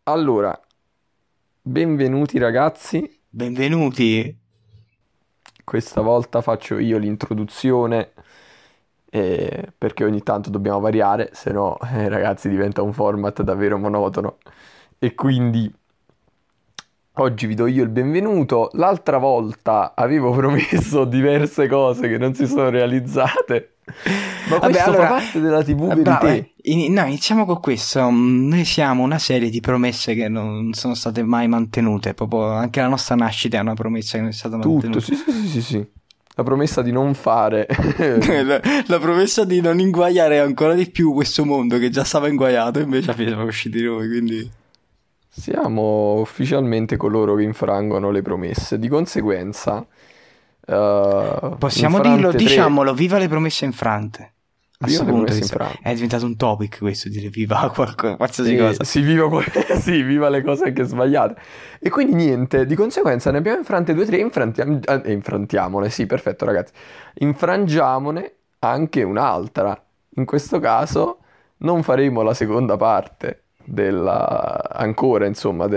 Allora, benvenuti ragazzi. Benvenuti. Questa volta faccio io l'introduzione perché ogni tanto dobbiamo variare, se no, ragazzi, diventa un format davvero monotono. E quindi oggi vi do io il benvenuto. L'altra volta avevo promesso diverse cose che non si sono realizzate, ma Vabbè, questo fa allora, parte della TV bravo, Verité. no, iniziamo con questo. Noi siamo una serie di promesse che non sono state mai mantenute. Proprio anche la nostra nascita è una promessa che non è stata Tutto, mantenuta. sì, sì, sì, sì, sì. La promessa di non fare. La promessa di non inguaiare ancora di più questo mondo che già stava inguaiato, invece siamo usciti noi, quindi... Siamo ufficialmente coloro che infrangono le promesse. Di conseguenza, Possiamo dirlo, infrante 3, diciamolo, viva le promesse infrante. A viva sto le punto promesse infrante. è diventato un topic questo, dire viva qualsiasi cosa. Si viva, sì, viva le cose anche sbagliate. E quindi niente, di conseguenza ne abbiamo infrante 2, 3, infrantiamone, sì, perfetto ragazzi. Infrangiamone anche un'altra. In questo caso non faremo la seconda parte ancora, insomma,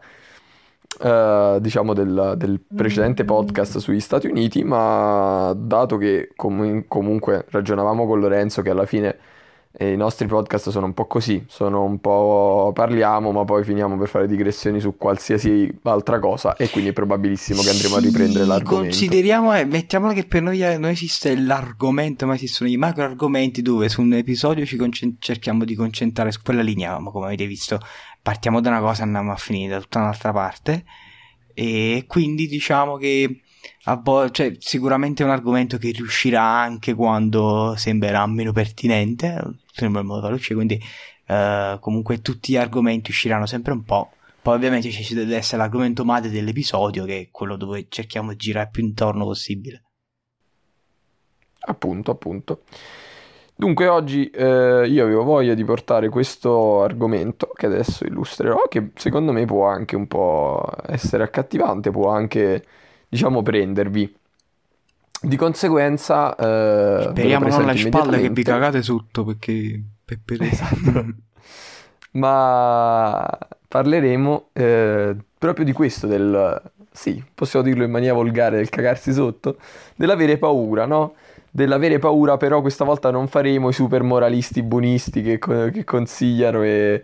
diciamo del precedente podcast sugli Stati Uniti, ma dato che comunque ragionavamo con Lorenzo che alla fine i nostri podcast sono un po' così, sono un po' parliamo, ma poi finiamo per fare digressioni su qualsiasi altra cosa e quindi è probabilissimo che andremo a riprendere Sì, l'argomento. consideriamo, mettiamola che per noi non esiste l'argomento, ma esistono i macro argomenti dove su un episodio cerchiamo di concentrare su quella linea, ma come avete visto partiamo da una cosa e andiamo a finire da tutta un'altra parte, e quindi diciamo che cioè, sicuramente è un argomento che riuscirà anche quando sembrerà meno pertinente, sembra il modo da luce, quindi comunque tutti gli argomenti usciranno sempre un po'. Poi ovviamente ci deve essere l'argomento madre dell'episodio, che è quello dove cerchiamo di girare più intorno possibile. Appunto, appunto. Dunque oggi io avevo voglia di portare questo argomento che adesso illustrerò, che secondo me può anche un po' essere accattivante, può anche, diciamo, prendervi. Di conseguenza ve lo Speriamo non presento le spalle che vi immediatamente. cagate sotto, perché... Esatto. Ma parleremo proprio di questo, sì, possiamo dirlo in maniera volgare, del cagarsi sotto, dell'avere paura, no? Dell'avere paura, però questa volta non faremo i super moralisti buonisti che consigliano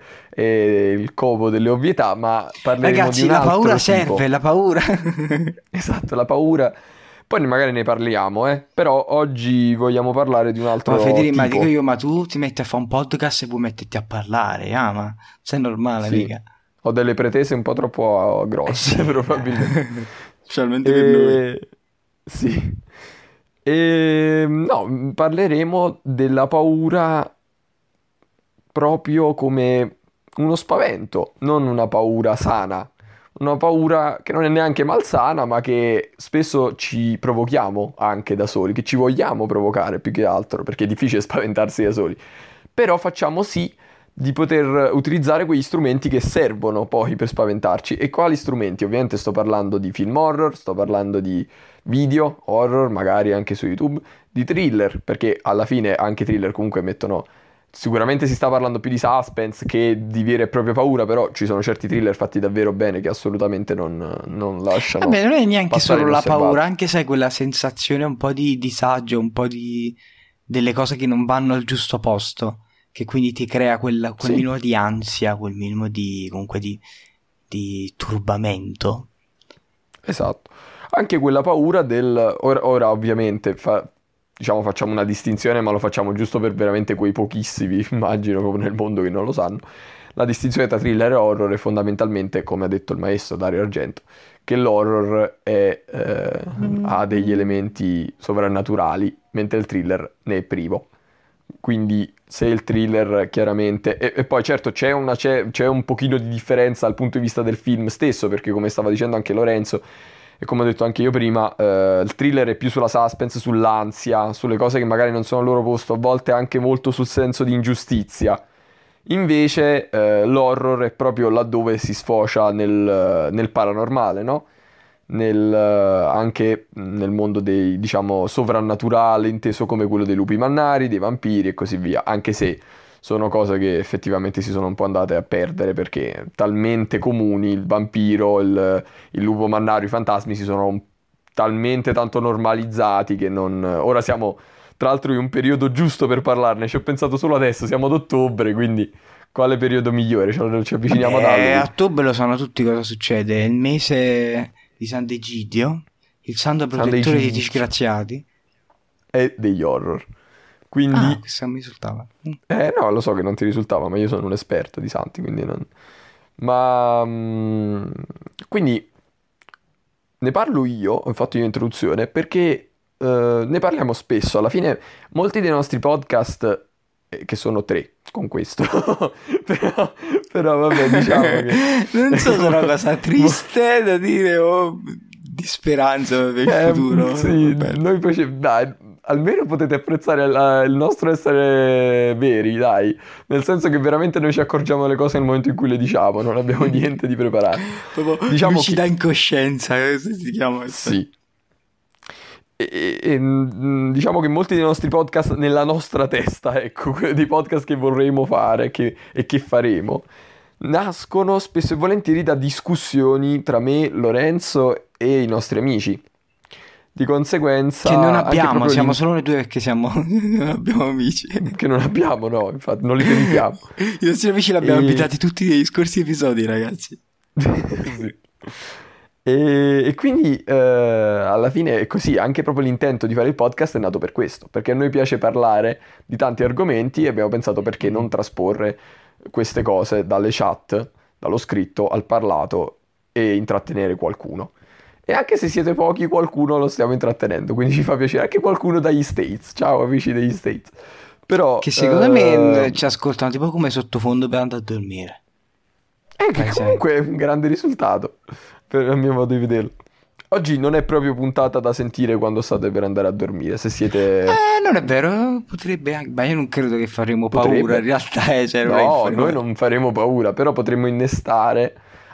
e il covo delle ovvietà, ma parleremo di Ragazzi, un la paura altro serve, tipo. la paura... Esatto, la paura. Poi magari ne parliamo, eh. Però oggi vogliamo parlare di un Ma altro Federico, ma dico tipo. io, ma tu ti metti a fare un podcast e vuoi metterti a parlare, ma sei normale, Sì, mica. ho delle pretese un po' troppo Eh grosse, sì, probabilmente. specialmente per noi. E... Sì. E... No, parleremo della paura proprio come uno spavento, non una paura sana. Una paura che non è neanche malsana, ma che spesso ci provochiamo anche da soli, che ci vogliamo provocare più che altro, perché è difficile spaventarsi da soli. Però facciamo sì di poter utilizzare quegli strumenti che servono poi per spaventarci. E quali strumenti? Ovviamente sto parlando di film horror, sto parlando di video horror, magari anche su YouTube, di thriller, perché alla fine anche thriller comunque mettono. Sicuramente si sta parlando più di suspense che di vera e propria paura, però ci sono certi thriller fatti davvero bene che assolutamente non lasciano Vabbè, non è neanche passare solo la paura, inosservati. anche sai quella sensazione un po' di disagio, un po' di delle cose che non vanno al giusto posto, che quindi ti crea quel Sì, minimo di ansia, quel minimo di comunque di turbamento. esatto. Anche quella paura del. Ora ovviamente diciamo, facciamo una distinzione, ma lo facciamo giusto per veramente quei pochissimi, immagino, come nel mondo che non lo sanno. La distinzione tra thriller e horror è fondamentalmente, come ha detto il maestro Dario Argento, che l'horror ha degli elementi sovrannaturali, mentre il thriller ne è privo. Quindi se il thriller chiaramente. E poi certo c'è un pochino di differenza dal punto di vista del film stesso, perché come stava dicendo anche Lorenzo, e come ho detto anche io prima, il thriller è più sulla suspense, sull'ansia, sulle cose che magari non sono al loro posto, a volte anche molto sul senso di ingiustizia. Invece l'horror è proprio laddove si sfocia nel paranormale, no? Anche nel mondo dei, diciamo, sovrannaturale, inteso come quello dei lupi mannari, dei vampiri e così via. Anche se sono cose che effettivamente si sono un po' andate a perdere perché talmente comuni, il vampiro, il lupo mannario, i fantasmi si sono talmente tanto normalizzati che non... Ora siamo tra l'altro in un periodo giusto per parlarne, ci ho pensato solo adesso, siamo ad ottobre, quindi quale periodo migliore? Ci avviciniamo ad A Halloween. ottobre lo sanno tutti cosa succede, è il mese di Sant'Egidio, il santo protettore dei disgraziati. E degli horror. Quindi... questo non mi risultava. No, lo so che non ti risultava, ma io sono un esperto di santi, quindi non... Ma... quindi ne parlo io, ho fatto io introduzione, perché ne parliamo spesso. Alla fine molti dei nostri podcast, che sono 3 con questo, però vabbè, diciamo che... Non so se è una cosa triste da dire o di speranza per il futuro. Sì, noi dai, almeno potete apprezzare il nostro essere veri, dai. Nel senso che veramente noi ci accorgiamo delle cose nel momento in cui le diciamo, non abbiamo niente di preparato. Proprio diciamo lucida che... in coscienza, come si chiama? Sì. Diciamo che molti dei nostri podcast nella nostra testa, ecco, dei podcast che vorremmo fare e che faremo, nascono spesso e volentieri da discussioni tra me, Lorenzo e i nostri amici. Di conseguenza... Che non abbiamo, siamo solo noi due perché non abbiamo amici. Che non abbiamo, no, infatti, non li tentiamo. I nostri amici li abbiamo invitati tutti negli scorsi episodi, ragazzi. Sì. E quindi alla fine è così, anche proprio l'intento di fare il podcast è nato per questo, perché a noi piace parlare di tanti argomenti e abbiamo pensato perché non trasporre queste cose dalle chat, dallo scritto al parlato e intrattenere qualcuno. E anche se siete pochi, qualcuno lo stiamo intrattenendo, quindi ci fa piacere anche qualcuno dagli States. Ciao amici degli States. Però, che secondo me ci ascoltano tipo come sottofondo per andare a dormire. Che comunque è un grande risultato, per il mio modo di vederlo. Oggi non è proprio puntata da sentire quando state per andare a dormire, se siete... non è vero, potrebbe anche... Ma io non credo che faremo paura, in realtà. Cioè, no, noi non faremo paura, però potremmo innescare,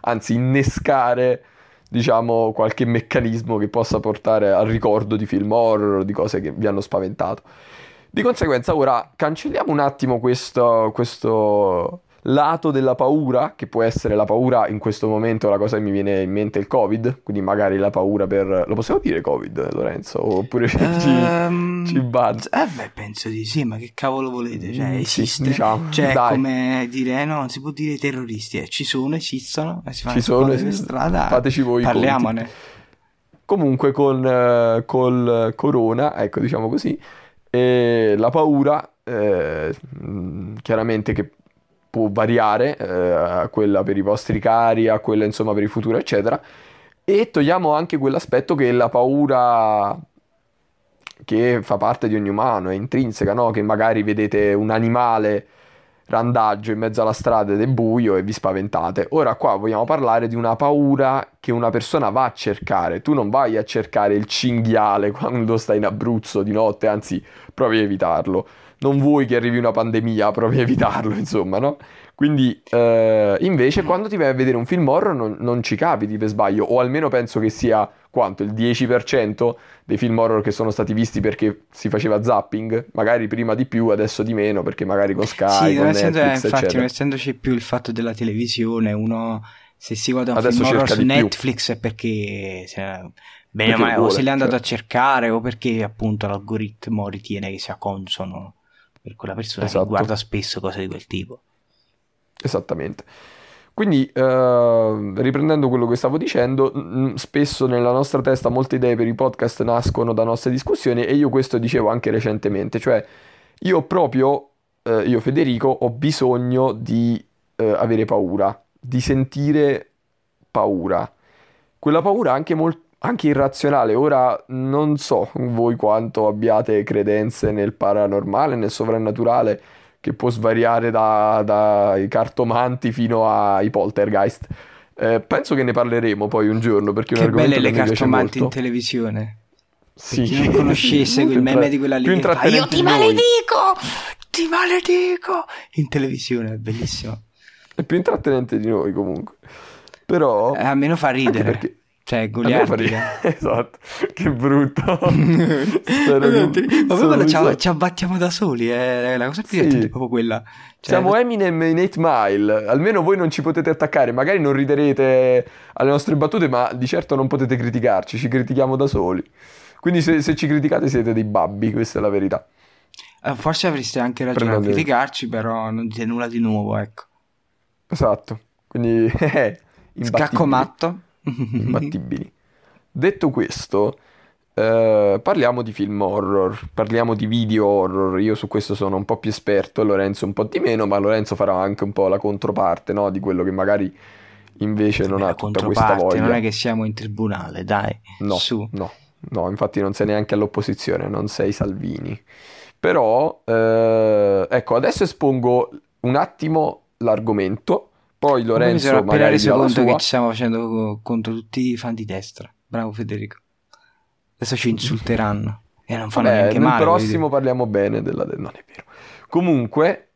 diciamo, qualche meccanismo che possa portare al ricordo di film horror, di cose che vi hanno spaventato. Di conseguenza ora cancelliamo un attimo questo lato della paura, che può essere la paura in questo momento, la cosa che mi viene in mente è il Covid, quindi magari la paura per... Lo possiamo dire Covid, Lorenzo? Oppure ci banza? Beh, penso di sì, ma che cavolo volete? Cioè, esiste. Sì, diciamo, cioè, dai. Come dire, no, non si può dire terroristi, ci sono, esistono, si fanno ci sono, in strada, fateci voi parliamone. conti. Comunque col corona, ecco, diciamo così, la paura, chiaramente che può variare, a quella per i vostri cari, a quella insomma per il futuro, eccetera, e togliamo anche quell'aspetto che la paura che fa parte di ogni umano, è intrinseca, no? Che magari vedete un animale randagio in mezzo alla strada ed è buio e vi spaventate. Ora qua vogliamo parlare di una paura che una persona va a cercare. Tu non vai a cercare il cinghiale quando stai in Abruzzo di notte, anzi provi a evitarlo. Non vuoi che arrivi una pandemia, provi a evitarlo, insomma, no? Quindi invece quando ti vai a vedere un film horror non ci capiti per sbaglio, o almeno penso che sia quanto? Il 10% dei film horror che sono stati visti perché si faceva zapping, magari prima di più, adesso di meno, perché magari con Sky, sì, con Netflix, infatti, eccetera. non essendoci più il fatto della televisione, uno se si guarda un Adesso film horror cerca su di più. Netflix è perché Perché o vuole, se l'è andato certo. a cercare o perché appunto l'algoritmo ritiene che sia consono per quella persona Esatto. che guarda spesso cose di quel tipo. Esattamente. Quindi, riprendendo quello che stavo dicendo, spesso nella nostra testa molte idee per i podcast nascono da nostre discussioni e io questo dicevo anche recentemente, cioè io Federico ho bisogno di avere paura, di sentire paura. Quella paura anche irrazionale. Ora non so voi quanto abbiate credenze nel paranormale, nel sovrannaturale, che può svariare dai cartomanti fino ai poltergeist. Penso che ne parleremo poi un giorno, perché è un Che belle argomento le che mi piace cartomanti in molto. televisione. Sì. Per chi non conoscesse quel meme di quella lì che fa, io ti maledico in televisione, è bellissimo. È più intrattenente di noi comunque. Però almeno fa ridere. anche perché Cioè, A me goliardica. Esatto, che brutto. Spero Ma che poi sono quando riuscito. ci abbattiamo da soli, la cosa più divertente è Sì, proprio quella. Cioè, siamo Eminem in 8 Mile. Almeno voi non ci potete attaccare. Magari non riderete alle nostre battute, ma di certo non potete criticarci. Ci critichiamo da soli. Quindi se ci criticate siete dei babbi, questa è la verità. forse avreste anche ragione a Prendete. criticarci, però non dite nulla di nuovo, ecco. Esatto. Quindi, Scacco imbattibili. matto. Imbattibili. Detto questo, parliamo di film horror, parliamo di video horror. Io su questo sono un po' più esperto, Lorenzo un po' di meno, ma Lorenzo farà anche un po' la controparte, no? Di quello che magari invece non Vabbè, ha la tutta questa controparte, non è voglia. che siamo in tribunale, dai, No, su. no, no, infatti non sei neanche all'opposizione, non sei Salvini. Però, ecco, adesso espongo un attimo l'argomento, poi Comunque mi sono Lorenzo appena magari reso dirà la conto che sua. ci stiamo facendo contro tutti i fan di destra. Bravo Federico. Adesso ci insulteranno. E non fanno Vabbè, neanche nel male, voglio prossimo dire. parliamo bene non è vero. Comunque,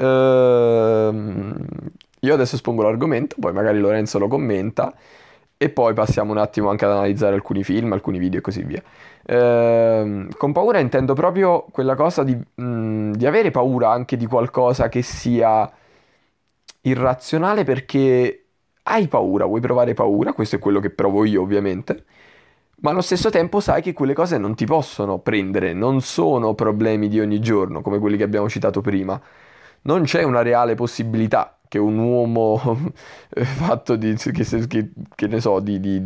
io adesso espongo l'argomento, poi magari Lorenzo lo commenta e poi passiamo un attimo anche ad analizzare alcuni film, alcuni video e così via. Con paura intendo proprio quella cosa di avere paura anche di qualcosa che sia irrazionale perché hai paura, vuoi provare paura, questo è quello che provo io ovviamente, ma allo stesso tempo sai che quelle cose non ti possono prendere, non sono problemi di ogni giorno come quelli che abbiamo citato prima. Non c'è una reale possibilità che un uomo fatto di, che ne so,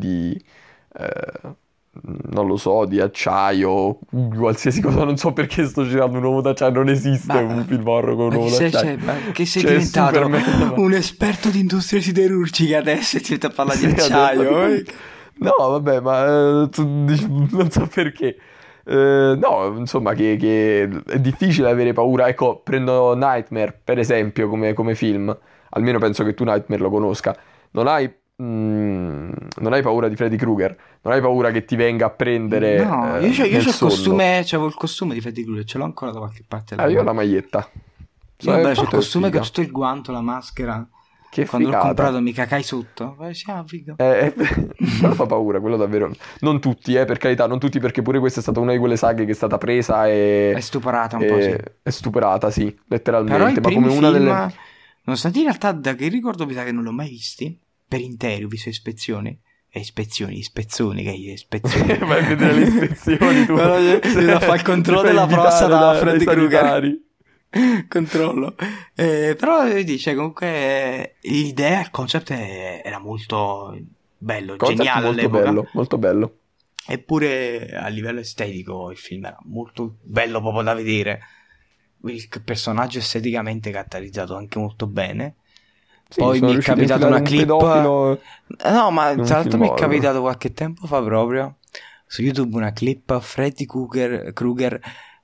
non lo so, di acciaio, qualsiasi cosa, non so perché sto girando un uomo d'acciaio, non esiste un Ma, film horror con un ma uomo d'acciaio. che sei C'è diventato Superman, ma... un esperto di industrie siderurgiche adesso e ti metti a parlare di Sì, acciaio. no, vabbè, ma non so perché. No, insomma, che è difficile avere paura. Ecco, prendo Nightmare, per esempio, come film. Almeno penso che tu Nightmare lo conosca. Non hai, non hai paura di Freddy Krueger. Non hai paura che ti venga a prendere No, io nel c'ho il sonno. costume, c'avevo il costume di Freddy Krueger, ce l'ho ancora da qualche parte là, Io ho ma... la maglietta. Io vabbè, c'ho il Tanto è costume con figa. tutto il guanto, la maschera. Che Quando l'ho figata. comprato mi cacai sotto. Sì, ah, figo. Quello fa paura, quello davvero. Non tutti, per carità, non tutti perché pure questa è stata una di quelle saghe che è stata presa È stuporata un po', sì. e stuperata, sì, Però i letteralmente. Ma come primi una film, delle... nonostante in realtà da che ricordo mi sa che non l'ho mai visti, per intero, ho visto ispezioni. Ispezioni, che io ispezioni. Vai a vedere le ispezioni tu. Allora, devo fare il controllo Ti fai della invitare prostata da Freddy dai Krueger. sanitari. Controllo. Però vedi, cioè, comunque l'idea, il concept era molto bello, Concept geniale molto all'epoca. bello, molto bello. Eppure a livello estetico il film era molto bello proprio da vedere. Il personaggio esteticamente caratterizzato anche molto bene. Sì, Poi sono mi è riusciti a capitato infilare una un clip. pedofilo No, ma in un tra l'altro film mi è horror. capitato qualche tempo fa proprio su YouTube una clip Freddy Krueger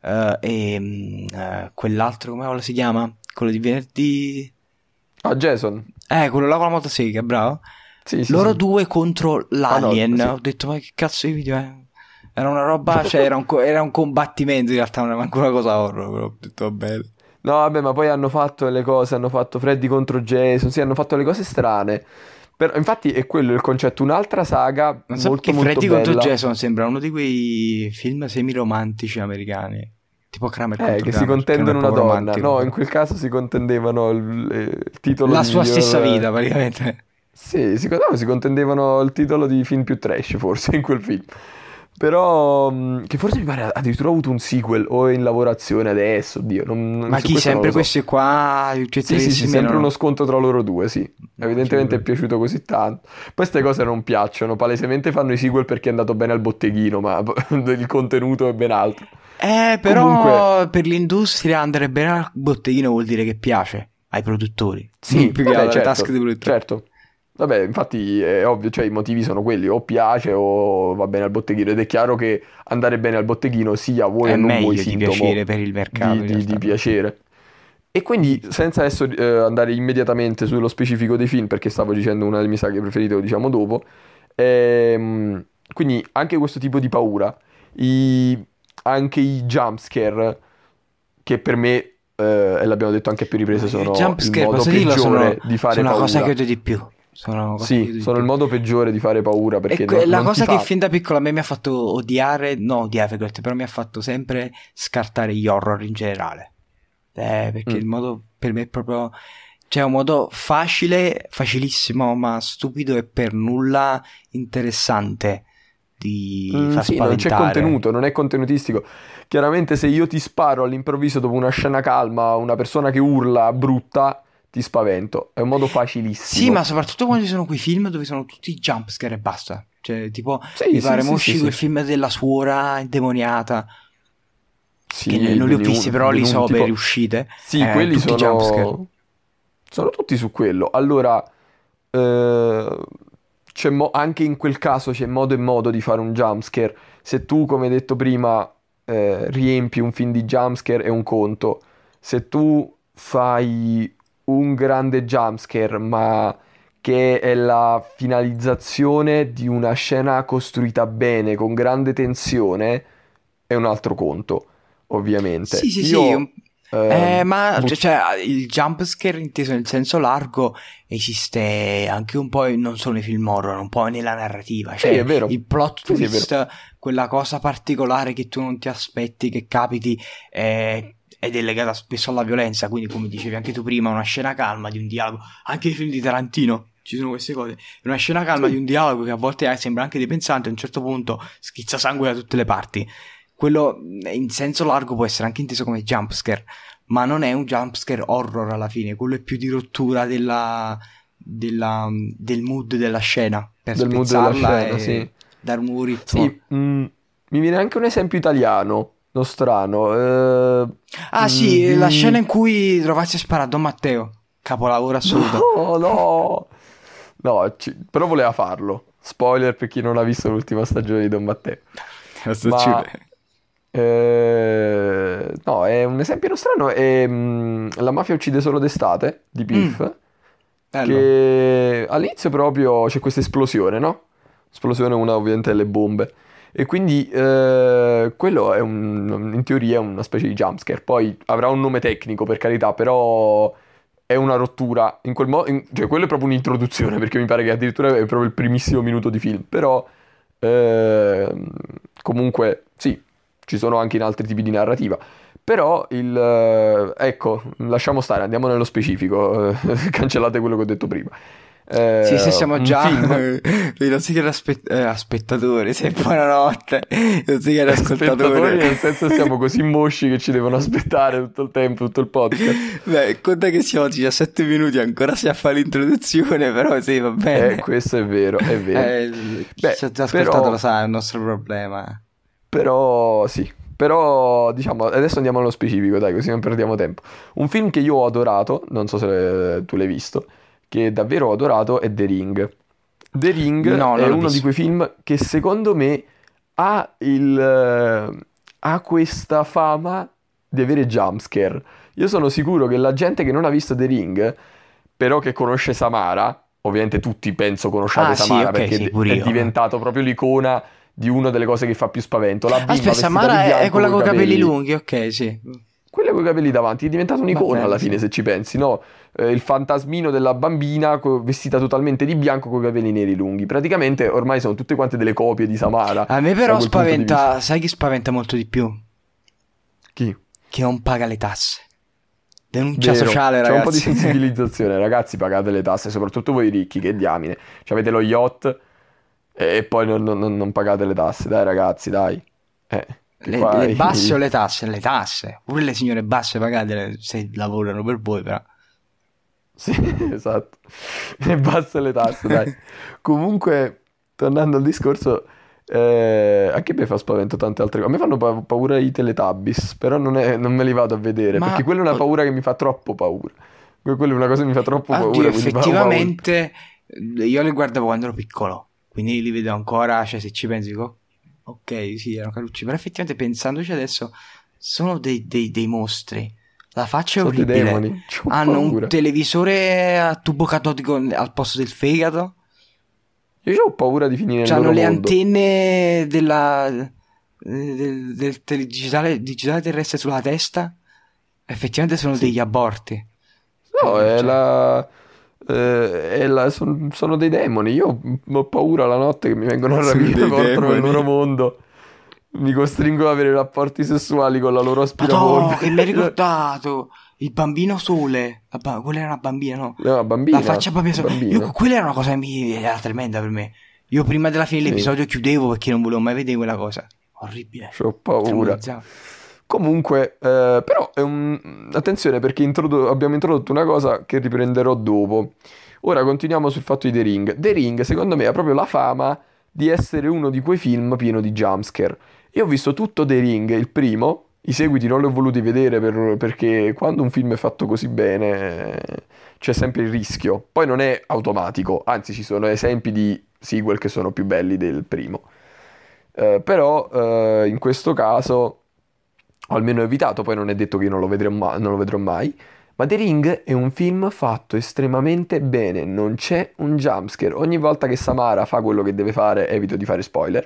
e quell'altro, come si chiama? Quello di venerdì. Ah, Jason. Quello là con la motosega, bravo. Sì, sì, Loro sì. due contro Ah, no, l'alien. sì. Ho detto, ma che cazzo di video è? Era una roba, cioè era un combattimento in realtà, non era manco una cosa horror. Però ho detto, va bene. No, vabbè, ma poi hanno fatto le cose, hanno fatto Freddy contro Jason, sì, hanno fatto le cose strane. Però, infatti è quello il concetto, un'altra saga Non so molto perché molto Freddy contro bella. Jason sembra uno di quei film semi-romantici americani. Tipo Kramer contro Che si Kramer, che non è contendono una proprio donna. romantico, No, in però. quel caso si contendevano il titolo La di sua stessa miglior... vita, praticamente. Sì, no, si contendevano il titolo di film più trash, forse, in quel film. Però, che forse mi pare addirittura ha avuto un sequel o è in lavorazione adesso, oddio, Ma su chi, questo non sempre lo so. questi qua, tutti e tre Sì, che sì, si sì, sempre menano? uno scontro tra loro due, sì. No, Evidentemente è figurati. piaciuto così tanto. Poi queste cose non piacciono, palesemente fanno i sequel perché è andato bene al botteghino, ma il contenuto è ben altro. Comunque, Però per l'industria andare bene al botteghino vuol dire che piace ai produttori. sì, Più che vabbè, alle tasche certo, dei produttori. certo. Vabbè, infatti è ovvio, cioè i motivi sono quelli, o piace o va bene al botteghino. Ed è chiaro che andare bene al botteghino sia vuoi È o non vuoi meglio di sintomo piacere per il mercato, in di realtà. piacere. E quindi, senza adesso andare immediatamente sullo specifico dei film, perché stavo dicendo una delle mie saghe preferite, lo diciamo dopo, quindi anche questo tipo di paura, anche i jumpscare, che per me, e l'abbiamo detto anche a più riprese, I sono il jumpscare, modo posso dirlo, peggiore di fare sono la cosa che paura. odio di più. Sono cose che Sì, sono il modo peggiore di fare paura perché la non cosa ti che fa... fin da piccola a me mi ha fatto odiare, no odiare, però mi ha fatto sempre scartare gli horror in generale. Perché il Mm. modo per me è proprio, cioè, un modo facile, facilissimo, ma stupido e per nulla interessante di far Sì, non c'è spaventare. contenuto, non è contenutistico. Chiaramente se io ti sparo all'improvviso dopo una scena calma, una persona che urla brutta, ti spavento. È un modo Sì, ma facilissimo. soprattutto quando ci sono quei film dove sono tutti jumpscare e basta. Cioè, tipo, Sì, mi sì, pare sì, mo sì, uscì quel sì. film della suora indemoniata, che Sì, non li ho visti, però li so per tipo... riuscite. Sì, quelli Tutti jumpscare. sono tutti su quello. Allora, eh, anche in quel caso c'è modo e modo di fare un jumpscare. Se tu, come detto prima, riempi un film di jumpscare è un conto. Se tu fai un grande jumpscare, ma che è la finalizzazione di una scena costruita bene, con grande tensione, è un altro conto, Sì, ovviamente. sì, sì. Io... Ma butto cioè, il jumpscare inteso nel senso largo esiste anche un po', non solo nei film horror, un po' nella narrativa. Sì, Cioè, è vero. il plot Sì, sì, è vero. twist, quella cosa particolare che tu non ti aspetti che capiti, ed è legata spesso alla violenza. Quindi, come dicevi anche tu prima, una scena calma di un dialogo. Anche nei film di Tarantino ci sono queste cose. Una scena calma di Sì, un dialogo che a volte sembra anche depensante, a un certo punto schizza sangue da tutte le parti. Quello in senso largo può essere anche inteso come jumpscare, ma non è un jumpscare horror alla fine, quello è più di rottura del mood della scena, per del mood della spezzarla scena, e sì. dare un nuovo ritmo. Sì, mi viene anche un esempio italiano, nostrano. Ah sì, la scena in cui Rovazzi spara a Don Matteo, capolavoro assoluto. No, no. No, però voleva farlo. Spoiler per chi non ha visto l'ultima stagione di Don Matteo. Lo sto Ma giuro. no, è un esempio nostrano. È La mafia uccide solo d'estate di Mm, Piff. bello. Che all'inizio proprio c'è questa esplosione, no? Esplosione, una ovviamente delle bombe. E quindi quello è in teoria è una specie di jumpscare. Poi avrà un nome tecnico per carità, però è una rottura. In quel modo, cioè quello è proprio un'introduzione, perché mi pare che addirittura è proprio il primissimo minuto di film. Però ehm, comunque sì, ci sono anche in altri tipi di narrativa. Però ecco, lasciamo stare, andiamo nello specifico, cancellate quello che ho detto prima. Sì, se siamo Un già film, non si chiede aspettatori, sei buonanotte, non si chiede spettatori, ascoltatore. nel senso siamo così mosci che ci devono aspettare tutto il tempo, tutto il podcast. Beh, conta che siamo 17 minuti, ancora si fa l'introduzione, però sì, va bene. Questo è vero, è vero. Chi Beh, ci ha già ascoltato però, lo sa, è un nostro problema. però sì, però diciamo, adesso andiamo allo specifico, dai, così non perdiamo tempo. Un film che io ho adorato, non so se tu l'hai visto, che davvero ho adorato è The Ring. The Ring No, è non l'ho uno di visto. quei film che secondo me ha questa fama di avere jumpscare. Io sono sicuro che la gente che non ha visto The Ring, però che conosce Samara, ovviamente tutti penso conosciate Ah, sì, Samara ok, perché sì, pure è io. diventato proprio l'icona di una delle cose che fa più spavento. La bimba Aspetta, vestita di Samara è bianco quella coi con i capelli capelli. lunghi, ok, sì. Quella con i capelli davanti è diventata Va un'icona alla bene, sì. fine, se ci pensi, no? Il fantasmino della bambina vestita totalmente di bianco con i capelli neri lunghi. Praticamente ormai sono tutte quante delle copie di Samara, A me da però quel punto di vista. spaventa, sai chi spaventa molto di più? Chi? Che non paga le tasse. Denuncia Vero, sociale, c'è un po' di ragazzi. sensibilizzazione, ragazzi, pagate le tasse, soprattutto voi ricchi, che diamine. Avete lo yacht e poi non pagate le tasse, dai ragazzi, dai. Che qua... Le basse o le tasse? Le tasse. Pure le signore basse pagate se lavorano per voi, però. Sì, esatto. E basta le tasse, dai. Comunque, tornando al discorso, anche a me fa spavento tante altre cose. A me fanno paura i Teletubbies, però non me li vado a vedere, Ma, perché quella è una paura che mi fa troppo paura. Quella è una cosa che mi fa troppo oddio, paura, quindi ho paura. effettivamente, io li guardavo quando ero piccolo. Quindi li vedo ancora, cioè se ci pensi, dico, ok, sì, erano carucci. Però effettivamente pensandoci adesso, sono dei mostri. La faccia è Sono dei orribile. demoni, c'ho Hanno un paura. televisore a tubo catodico al posto del fegato. Io ho paura di finire nel C'hanno loro le mondo. antenne del digitale terrestre sulla testa. Effettivamente sono Sì. degli aborti. No, è Cioè, Sono dei demoni. Io ho paura la notte che mi vengono a Sono rapire, dei portano nel loro demoni. mondo, mi costringono ad avere rapporti sessuali con la loro Madò, che mi hai aspirapolvere. ricordato? Il bambino sole. Quella era una bambina, no? È una La bambina, faccia proprio sole. bambina. Quella era una cosa che era tremenda per me. Io prima della fine Sì, dell'episodio chiudevo perché non volevo mai vedere quella cosa. Orribile. c'ho paura. Traumatizzavo. Comunque, però attenzione perché abbiamo introdotto una cosa che riprenderò dopo. Ora continuiamo sul fatto di The Ring. The Ring, secondo me, ha proprio la fama di essere uno di quei film pieno di jumpscare. Io ho visto tutto The Ring, il primo, i seguiti non li ho voluti vedere perché quando un film è fatto così bene c'è sempre il rischio. Poi non è automatico, anzi ci sono esempi di sequel che sono più belli del primo. Però in questo caso o almeno ho evitato, poi non è detto che io non lo vedrò mai. Ma The Ring è un film fatto estremamente bene, non c'è un jumpscare. Ogni volta che Samara fa quello che deve fare, evito di fare spoiler,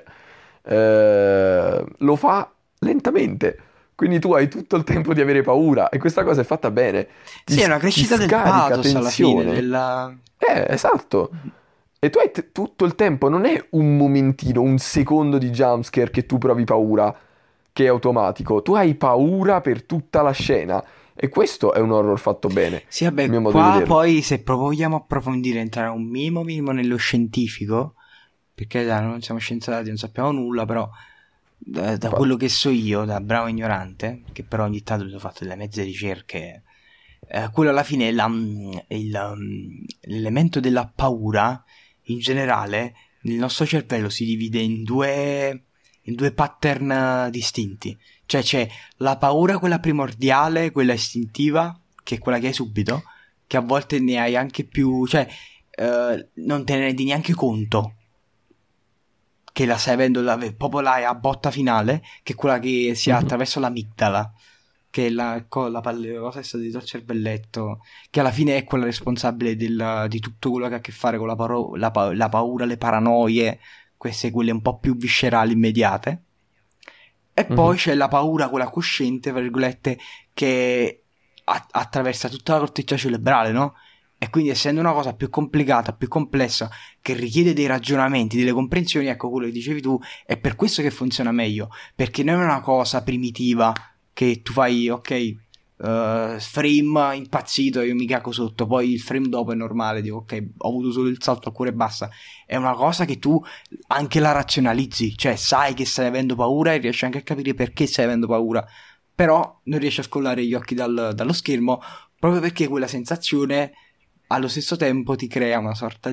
lo fa lentamente. Quindi tu hai tutto il tempo di avere paura e questa cosa è fatta bene. Sì, è una Ti crescita del scarica pathos alla fine, tensione. Esatto. E tu hai tutto il tempo, non è un momentino, un secondo di jumpscare che tu provi paura, che è automatico. Tu hai paura per tutta la scena. E questo è un horror fatto bene, Sì, a vabbè, mio modo di qua vederlo. poi se proprio vogliamo approfondire, entrare un minimo nello scientifico, perché dai, non siamo scienziati, non sappiamo nulla, però da quello Infatti. che so io, da bravo ignorante, che però ogni tanto mi sono fatto delle mezze ricerche, quello alla fine è l'elemento della paura, in generale, nel nostro cervello si divide in due pattern distinti. Cioè c'è la paura, quella primordiale, quella istintiva, che è quella che hai subito, che a volte ne hai anche più, cioè non te ne rendi neanche conto che la stai avendo proprio là a botta finale, che è quella che si ha Mhm. attraverso l'amigdala, che è la cosa che sta dietro al cervelletto, che alla fine è quella responsabile di tutto quello che ha a che fare con la paura, le paranoie, queste quelle un po' più viscerali, immediate. E poi Mhm. c'è la paura, quella cosciente, tra virgolette, che attraversa tutta la corteccia cerebrale, no? E quindi essendo una cosa più complicata, più complessa, che richiede dei ragionamenti, delle comprensioni, ecco quello che dicevi tu, è per questo che funziona meglio, perché non è una cosa primitiva che tu fai, ok, frame impazzito e io mi cago sotto, poi il frame dopo è normale, dico ok, ho avuto solo il salto al cuore e basta. È una cosa che tu anche la razionalizzi, cioè sai che stai avendo paura e riesci anche a capire perché stai avendo paura, però non riesci a scollare gli occhi dallo schermo proprio perché quella sensazione allo stesso tempo ti crea una sorta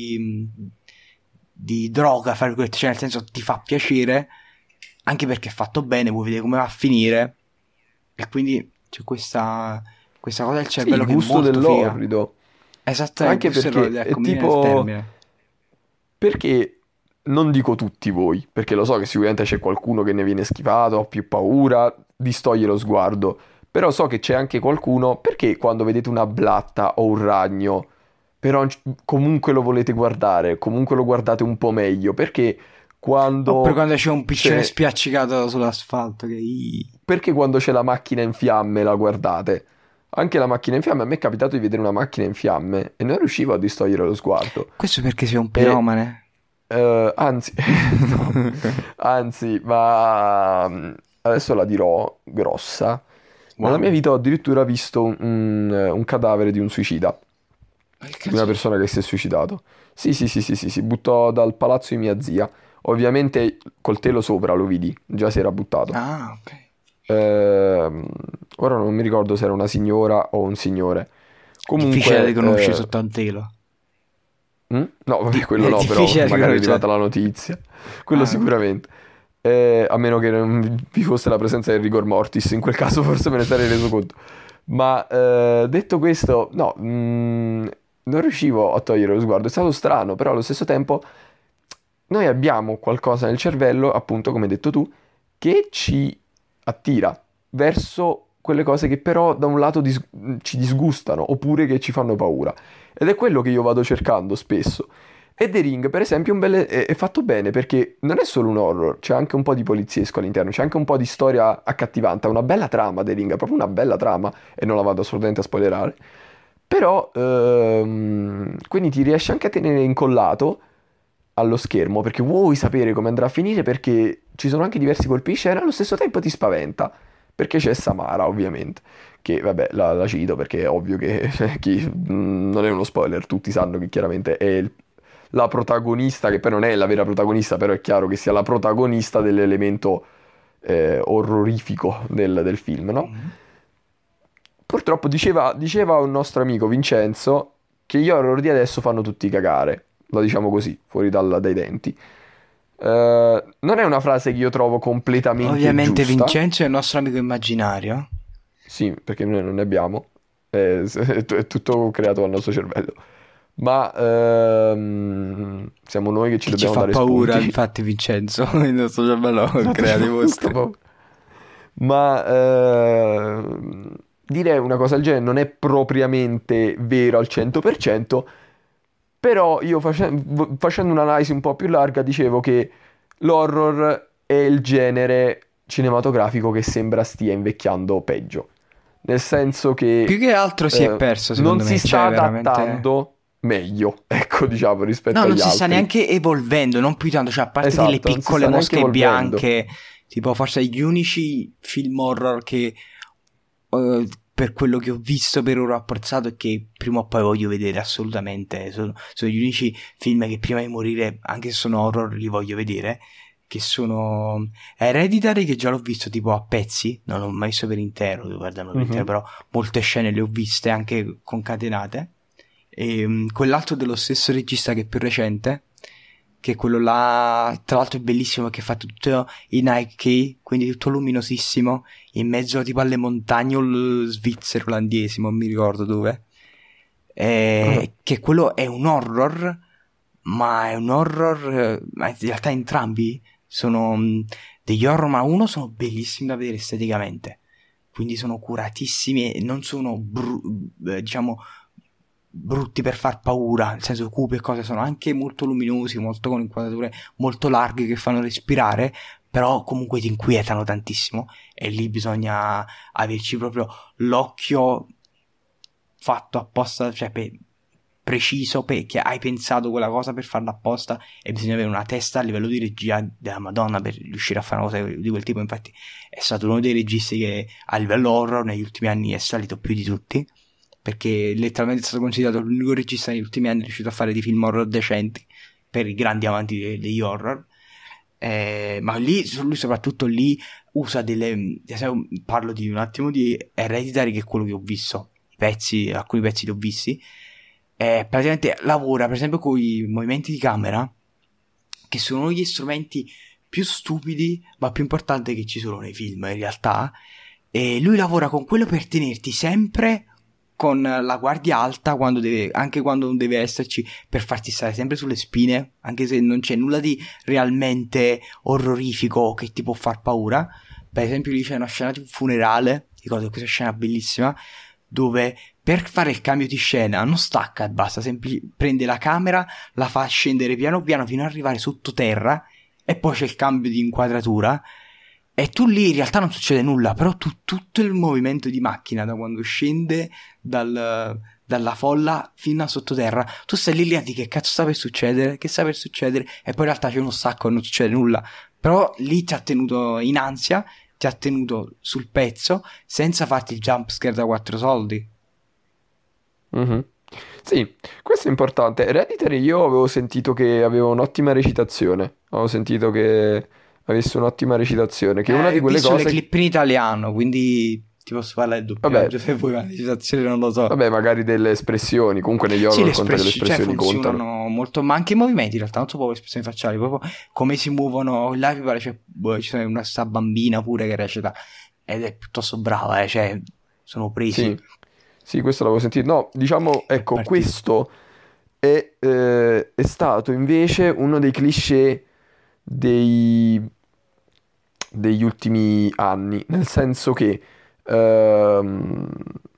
di droga, fra virgolette, cioè nel senso ti fa piacere anche perché è fatto bene, vuoi vedere come va a finire e quindi c'è questa cosa del Sì, il cervello che è gusto molto figa. dell'orrido. Esattamente, Anche questo perché è ecco, mi viene il tipo... termine. Perché non dico tutti voi, perché lo so che sicuramente c'è qualcuno che ne viene schifato, ha più paura, distoglie lo sguardo. Però so che c'è anche qualcuno, perché quando vedete una blatta o un ragno, però comunque lo volete guardare, comunque lo guardate un po' meglio, Oppure quando quando c'è un piccione c'è, spiaccicato sull'asfalto perché quando c'è la macchina in fiamme la guardate? Anche la macchina in fiamme, a me è capitato di vedere una macchina in fiamme e non riuscivo a distogliere lo sguardo. Questo perché sei un E piromane? anzi, no, anzi, ma adesso la dirò grossa. Nella mia Wow. vita ho addirittura visto un cadavere di un suicida, Ma che di una cazzo dici? persona che si è suicidato. Sì, sì, sì, sì, sì, si buttò dal palazzo di mia zia. Ovviamente col telo sopra lo vidi, già si era buttato. Ah, ok. Ehm, ora non mi ricordo se era una signora o un signore. Difficile da Comunque, riconoscere sotto un telo. no, vabbè, quello È no, però difficile da magari è riconoscere. arrivata la notizia. Quello Ah, ok. sicuramente. A meno che non vi fosse la presenza del rigor mortis, in quel caso forse me ne sarei reso conto. Ma detto questo, no, non riuscivo a togliere lo sguardo. È stato strano, però allo stesso tempo noi abbiamo qualcosa nel cervello, appunto, come hai detto tu, che ci attira verso quelle cose che però da un lato ci disgustano oppure che ci fanno paura. Ed è quello che io vado cercando spesso. E The Ring, per esempio, è fatto bene perché non è solo un horror, c'è anche un po' di poliziesco all'interno, c'è anche un po' di storia accattivante, ha una bella trama The Ring, è proprio una bella trama, e non la vado assolutamente a spoilerare. Però, quindi ti riesci anche a tenere incollato allo schermo perché vuoi sapere come andrà a finire perché ci sono anche diversi colpi di scena e allo stesso tempo ti spaventa perché c'è Samara ovviamente che vabbè la cito perché è ovvio che non è uno spoiler, tutti sanno che chiaramente è la protagonista che poi non è la vera protagonista però è chiaro che sia la protagonista dell'elemento orrorifico del film, no? Mhm. Purtroppo diceva un nostro amico Vincenzo che gli horror di adesso fanno tutti cagare, lo diciamo così, fuori dai denti. Non è una frase che io trovo completamente Ovviamente giusta, Vincenzo è il nostro amico immaginario. sì, perché noi non ne abbiamo, è tutto creato dal nostro cervello, ma siamo noi che ci Che ci dobbiamo fa dare paura, spunti. infatti, Vincenzo. Il nostro cervello Esatto, crea dei c'è molta mostri. paura. Ma dire una cosa del genere non è propriamente vero al 100%, però io facendo un'analisi un po' più larga dicevo che l'horror è il genere cinematografico che sembra stia invecchiando peggio. Nel senso Più che che altro si è perso, non secondo si me. sta Cioè, veramente. adattando meglio, ecco, diciamo, No, rispetto non agli si sta altri. neanche evolvendo, non più tanto. Cioè, a parte delle Esatto, non si piccole sta neanche mosche evolvendo. bianche, tipo, forse gli unici film horror che per quello che ho visto per ora ho apprezzato e che prima o poi voglio vedere assolutamente. Sono gli unici film che prima di morire, anche se sono horror, li voglio vedere. Che sono Hereditary, che già l'ho visto tipo a pezzi, non l'ho mai visto per intero, devo guardarlo per intero, Mhm. però molte scene le ho viste anche concatenate. E quell'altro dello stesso regista che è più recente, che è quello là, tra l'altro è bellissimo perché fa tutto in Night Key, quindi tutto luminosissimo, in mezzo tipo alle montagne svizzero, olandesi, non mi ricordo dove. Ah, Che quello è un horror, ma è un horror, ma in realtà entrambi sono degli horror, ma uno sono bellissimi da vedere esteticamente, quindi sono curatissimi e non sono diciamo brutti per far paura, nel senso cupi e cose, sono anche molto luminosi, molto con inquadrature molto larghe che fanno respirare, però comunque ti inquietano tantissimo e lì bisogna averci proprio l'occhio fatto apposta, cioè preciso perché hai pensato quella cosa per farla apposta e bisogna avere una testa a livello di regia della Madonna per riuscire a fare una cosa di quel tipo. Infatti è stato uno dei registi che a livello horror negli ultimi anni è salito più di tutti, perché letteralmente è stato considerato l'unico regista negli ultimi anni riuscito a fare dei film horror decenti per i grandi amanti degli horror. Ma lì, lui soprattutto lì usa delle, parlo di un attimo di Hereditary, che è quello che ho visto, i pezzi, alcuni pezzi li ho visti. Praticamente lavora per esempio con i movimenti di camera, che sono gli strumenti più stupidi ma più importanti che ci sono nei film in realtà, e lui lavora con quello per tenerti sempre con la guardia alta quando deve, anche quando non deve esserci, per farti stare sempre sulle spine, anche se non c'è nulla di realmente orrorifico che ti può far paura. Per esempio lì c'è una scena di un funerale, ricordo questa scena bellissima, dove per fare il cambio di scena non stacca e basta, prende la camera, la fa scendere piano piano fino ad arrivare sottoterra e poi c'è il cambio di inquadratura e tu lì in realtà non succede nulla, però tutto il movimento di macchina da quando scende dalla folla fino a sottoterra, tu stai lì a dire che cazzo sta per succedere, che sta per succedere, e poi in realtà c'è uno stacco e non succede nulla, però lì ti ha tenuto in ansia, ti ha tenuto sul pezzo senza farti il jump scare da 4 soldi. mhm. Sì, questo è importante. Hereditary io avevo sentito che aveva un'ottima recitazione. Avevo sentito che avesse un'ottima recitazione, che è una di Ho quelle visto le cose. clip in italiano, quindi ti posso parlare del Vabbè, doppiaggio se vuoi, ma la recitazione non lo so. vabbè, magari delle espressioni. Comunque negli Sì, horror le conta che le espressioni, cioè espressioni contano. funzionano molto, ma anche i movimenti in realtà, non so proprio le espressioni facciali, proprio come si muovono, là mi pare c'è, boh, ci sono una sta bambina pure che recita, ed è piuttosto brava, cioè, sono presi, Sì, sì, questo l'avevo sentito. No, diciamo, è ecco, partito. questo è stato invece uno dei cliché dei- degli ultimi anni, nel senso che ehm,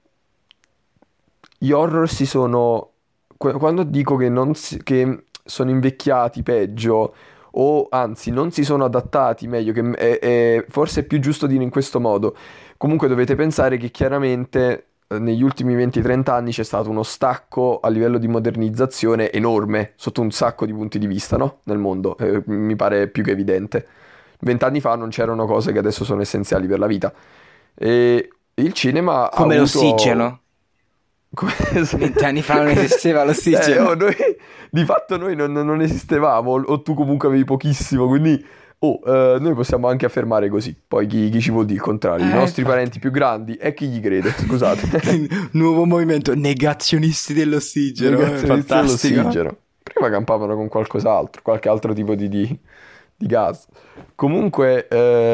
gli horror si sono... Quando dico che, che sono invecchiati peggio, o anzi non si sono adattati meglio, forse è più giusto dire in questo modo. Comunque dovete pensare che chiaramente negli ultimi 20-30 anni c'è stato uno stacco a livello di modernizzazione enorme sotto un sacco di punti di vista, no? Nel mondo, mi pare più che evidente. 20 anni fa non c'erano cose che adesso sono essenziali per la vita. E il cinema come ha avuto... l'ossigeno. 20 anni fa non esisteva l'ossigeno. Di fatto noi non esistevamo, o tu comunque avevi pochissimo, quindi noi possiamo anche affermare così. Poi chi ci vuol dire il contrario? I nostri parenti più grandi e chi gli crede, scusate. Nuovo movimento, negazionisti dell'ossigeno. Fantastico. Dell'ossigeno. Prima campavano con qualcos'altro, qualche altro tipo di gas. Comunque,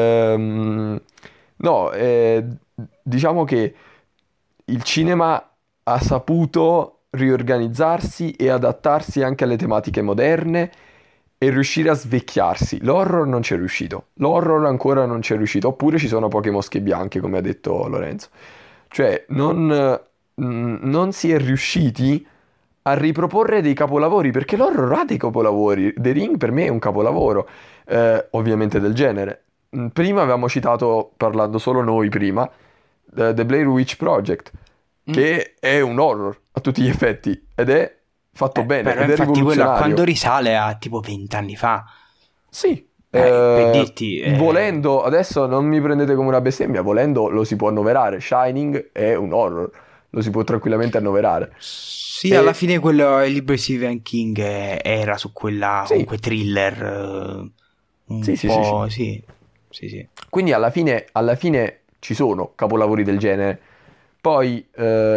diciamo che il cinema ha saputo riorganizzarsi e adattarsi anche alle tematiche moderne e riuscire a svecchiarsi. L'horror non c'è riuscito. L'horror ancora non c'è riuscito. Oppure ci sono poche mosche bianche, come ha detto Lorenzo. Cioè, non si è riusciti a riproporre dei capolavori, perché l'horror ha dei capolavori. The Ring per me è un capolavoro, ovviamente del genere. Prima avevamo citato, parlando solo noi prima, The Blair Witch Project, che è un horror a tutti gli effetti ed è fatto bene, però ed è infatti rivoluzionario. quello quando risale a tipo 20 anni fa. Sì, per dirti, volendo, adesso non mi prendete come una bestemmia, volendo lo si può annoverare. Shining è un horror, lo si può tranquillamente annoverare. Sì, alla fine quello, il libro di Stephen King era su quella comunque thriller un po', sì. Quindi alla fine ci sono capolavori del genere. Poi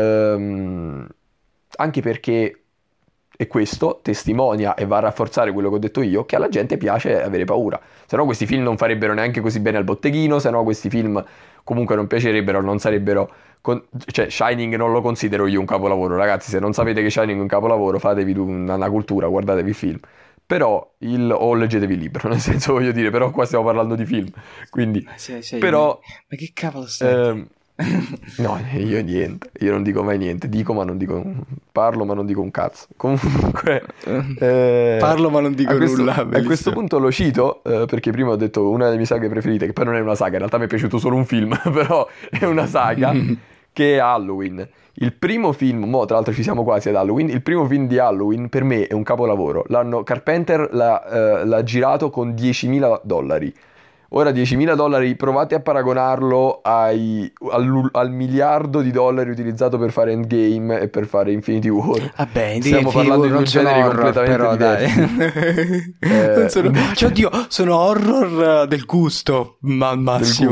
anche perché, e questo testimonia e va a rafforzare quello che ho detto io, che alla gente piace avere paura. Se no questi film non farebbero neanche così bene al botteghino, se no questi film comunque non piacerebbero, non sarebbero... Cioè Shining non lo considero io un capolavoro, ragazzi. Se non sapete che Shining è un capolavoro, fatevi una cultura, guardatevi il film. Però o leggetevi il libro, nel senso, voglio dire, però qua stiamo parlando di film, quindi... Però... Ma che cavolo stai? No, io niente, io non dico mai niente, parlo ma non dico un cazzo. Comunque parlo ma non dico nulla. A questo punto lo cito perché prima ho detto una delle mie saghe preferite, che poi non è una saga, in realtà mi è piaciuto solo un film, però è una saga, che è Halloween. Il primo film, tra l'altro ci siamo quasi ad Halloween, il primo film di Halloween per me è un capolavoro. Carpenter l'ha girato con $10.000. Ora $10.000 provate a paragonarlo al miliardo di dollari utilizzato per fare Endgame e per fare Infinity War. Vabbè, stiamo parlando di un genere completamente diverso. Non sono... Cioè, oddio, sono horror del gusto, ma al massimo,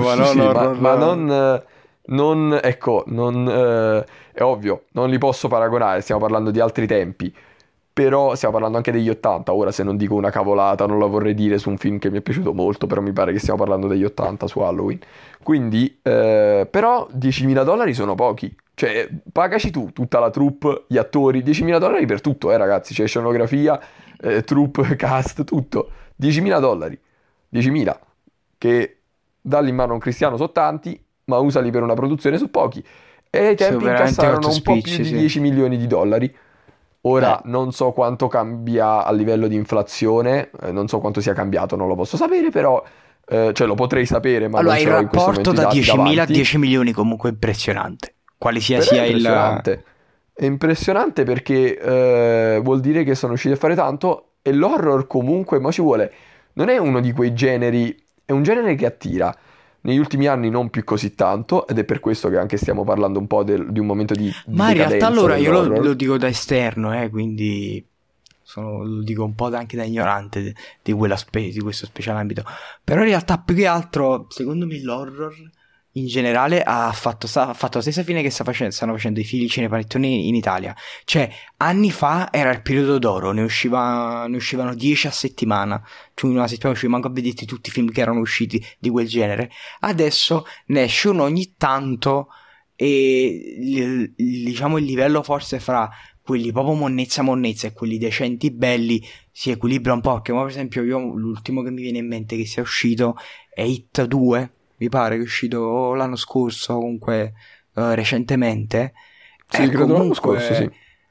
è ovvio, non li posso paragonare, stiamo parlando di altri tempi. Però stiamo parlando anche degli 80. Ora, se non dico una cavolata, non la vorrei dire su un film che mi è piaciuto molto, però mi pare che stiamo parlando degli 80 su Halloween. Quindi, però $10.000 sono pochi. Cioè, pagaci tu, tutta la troupe, gli attori, $10.000 per tutto, ragazzi. C'è scenografia, troupe, cast, tutto. $10.000. 10.000. Che darli in mano a un cristiano sono tanti, ma usali per una produzione su pochi. E ai tempi incassarono un po' più di 10 milioni di dollari. Ora non so quanto cambia a livello di inflazione, non so quanto sia cambiato, non lo posso sapere, però cioè lo potrei sapere, ma allora, non ce l'ho in questo momento. Il rapporto da 10.000 a 10 milioni comunque impressionante. Quale sia impressionante. È impressionante perché vuol dire che sono riusciti a fare tanto, e l'horror comunque, ma ci vuole, non è uno di quei generi, è un genere che attira. Negli ultimi anni non più così tanto, ed è per questo che anche stiamo parlando un po' di un momento di ma in realtà allora io lo dico da esterno, quindi lo dico un po' anche da ignorante di questo speciale ambito. Però in realtà più che altro, secondo me l'horror in generale ha fatto la stessa fine che stanno facendo i fili cinepanettoni in Italia. Cioè, anni fa era il periodo d'oro, ne uscivano 10 a settimana. Tu in una settimana uscivi manco a vederti tutti i film che erano usciti di quel genere. Adesso ne esce uno ogni tanto e diciamo il livello forse fra quelli proprio monnezza e quelli decenti belli si equilibra un po'. Perché per esempio l'ultimo che mi viene in mente che sia uscito è It 2, mi pare che è uscito l'anno scorso, comunque recentemente. Sì, credo l'anno scorso, sì.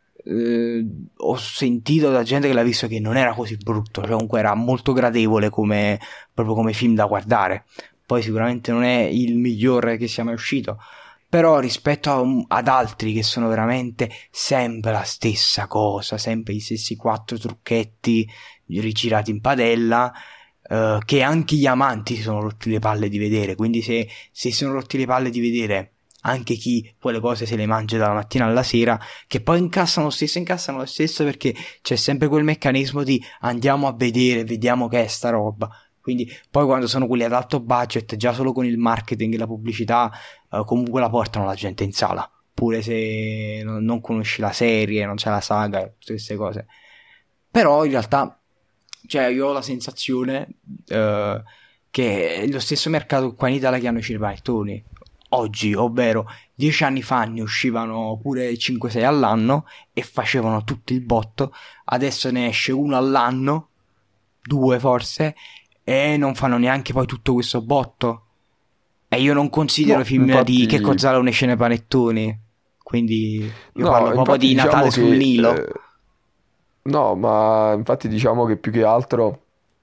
Ho sentito da gente che l'ha visto che non era così brutto, cioè comunque era molto gradevole proprio come film da guardare. Poi sicuramente non è il migliore che sia mai uscito, Però rispetto ad altri che sono veramente sempre la stessa cosa, sempre gli stessi 4 trucchetti rigirati in padella, che anche gli amanti si sono rotti le palle di vedere. Quindi se si sono rotti le palle di vedere anche chi quelle cose se le mangia dalla mattina alla sera, che poi incassano lo stesso perché c'è sempre quel meccanismo di andiamo a vedere, vediamo che è sta roba. Quindi poi quando sono quelli ad alto budget, già solo con il marketing e la pubblicità, comunque la portano la gente in sala, pure se non conosci la serie, non c'è la saga, tutte queste cose. Però in realtà, cioè, io ho la sensazione che è lo stesso mercato qua in Italia che hanno i cinepanettoni oggi, ovvero 10 anni fa ne uscivano pure 5-6 all'anno e facevano tutto il botto. Adesso ne esce uno all'anno, 2 forse, e non fanno neanche poi tutto questo botto. E io non considero film infatti... di Checco Zalone e Cinepanettoni, quindi io parlo proprio di Natale diciamo sul Nilo. No, ma infatti diciamo che più che altro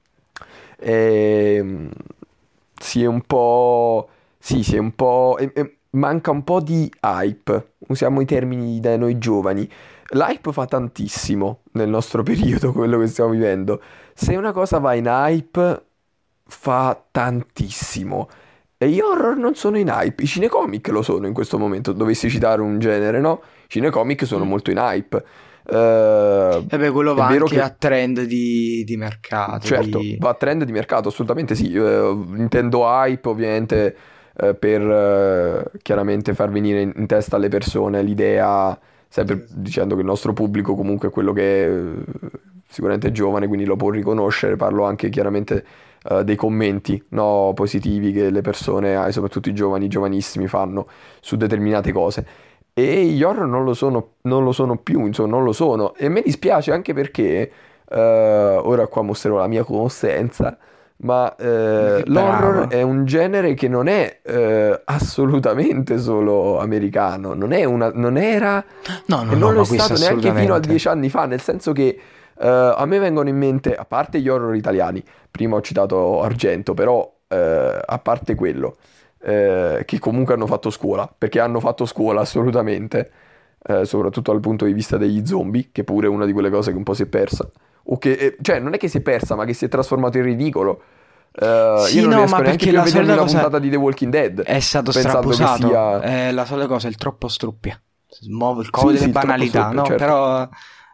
si è un po'... Sì, si è un po'... manca un po' di hype. Usiamo i termini da noi giovani. L'hype fa tantissimo nel nostro periodo, quello che stiamo vivendo. Se una cosa va in hype, fa tantissimo. E gli horror non sono in hype. I cinecomic lo sono in questo momento. Dovessi citare un genere, no? I cinecomic sono molto in hype. Beh, quello va vero anche che... a trend di mercato. Certo, va a trend di mercato, assolutamente sì. Intendo hype, ovviamente, per chiaramente far venire in testa alle persone l'idea, sempre dicendo che il nostro pubblico comunque è quello che è sicuramente giovane, quindi lo può riconoscere. Parlo anche chiaramente dei commenti, no, positivi che le persone, soprattutto i giovani, i giovanissimi, fanno su determinate cose. E gli horror non lo sono più, insomma, non lo sono. E a me dispiace anche perché, ora qua mostrerò la mia conoscenza, ma l'horror è un genere che non è assolutamente solo americano, non era No, e non lo è questo stato neanche fino a assolutamente. 10 anni fa, nel senso che a me vengono in mente, a parte gli horror italiani, prima ho citato Argento, però a parte quello, che comunque hanno fatto scuola, perché hanno fatto scuola assolutamente, soprattutto dal punto di vista degli zombie, che pure è una di quelle cose che un po' si è persa, o che, cioè non è che si è persa, ma che si è trasformato in ridicolo. Sì, Io non no, riesco ma neanche perché più a la vedermi solita una cosa puntata di The Walking Dead, è stato pensando che strabusato. sia... La solita cosa è il troppo struppia. Il Sì, covo delle sì, il troppo banalità, struppio, no? certo. Però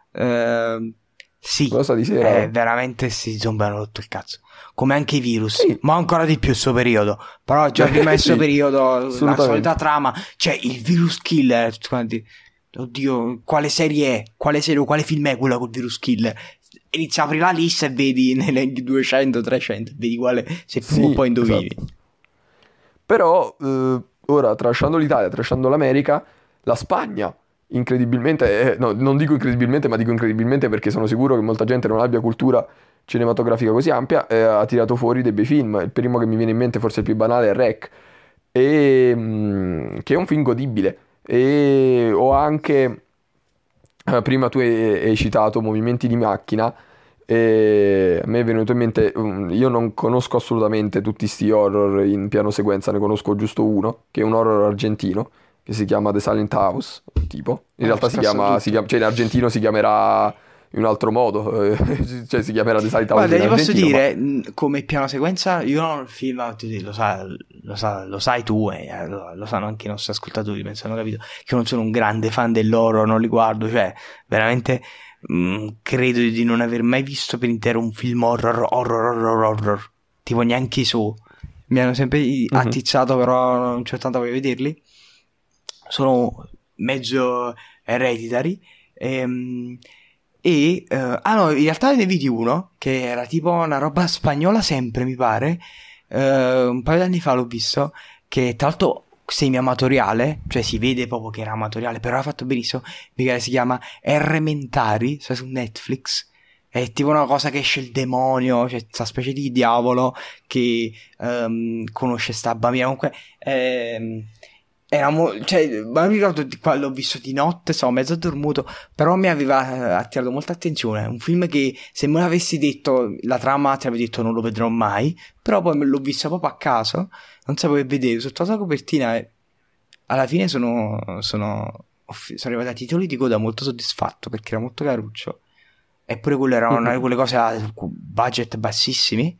sì, Cosa di sera? veramente si zombie hanno rotto il cazzo. Come anche i virus, Sì. ma ancora di più il suo periodo. Però già prima del suo Sì, periodo, la assolutamente. solita trama, cioè il virus killer. Oddio, quale serie è? Quale serie o quale film è quello col virus killer? Inizi a aprire la lista e vedi nelle 200, 300, vedi quale, se Sì, prima o poi indovini. esatto. Però ora, tralasciando l'Italia, tralasciando l'America, la Spagna, incredibilmente, no, non dico incredibilmente, ma dico incredibilmente perché sono sicuro che molta gente non abbia cultura cinematografica così ampia, ha tirato fuori dei bei film. Il primo che mi viene in mente, forse il più banale, è Rec, che è un film godibile. E ho anche, prima tu hai citato Movimenti di macchina, e a me è venuto in mente, io non conosco assolutamente tutti sti horror in piano sequenza, ne conosco giusto uno, che è un horror argentino, che si chiama The Silent House, tipo. In realtà cioè in argentino si chiamerà in un altro modo, cioè si chiamerà The Silent House Guarda, in ti posso argentino, ma... dire, come piano sequenza, io non ho il film, lo sai tu, lo sanno anche i nostri ascoltatori, penso hanno capito, che io non sono un grande fan dell'horror, non li guardo, cioè, veramente, credo di non aver mai visto per intero un film horror, tipo neanche su, mi hanno sempre attizzato, però non c'ho tanta voglia di vederli, sono mezzo Hereditary, no, in realtà ne vidi uno che era tipo una roba spagnola sempre, mi pare, un paio d'anni fa l'ho visto, che tra l'altro semi-amatoriale, cioè si vede proprio che era amatoriale, però era fatto benissimo, si chiama Errementari, su Netflix, è tipo una cosa che esce il demonio, cioè questa specie di diavolo che conosce sta bambina, comunque cioè, ma mi ricordo l'ho visto di notte, stavo mezzo addormuto, però mi aveva attirato molta attenzione. Un film che se me l'avessi detto la trama ti avrei detto non lo vedrò mai, però poi me l'ho visto proprio a caso, non sapevo che vedevo, sotto la copertina alla fine sono arrivati ai titoli di coda molto soddisfatto, perché era molto caruccio. Eppure quelle erano una di quelle cose a budget bassissimi.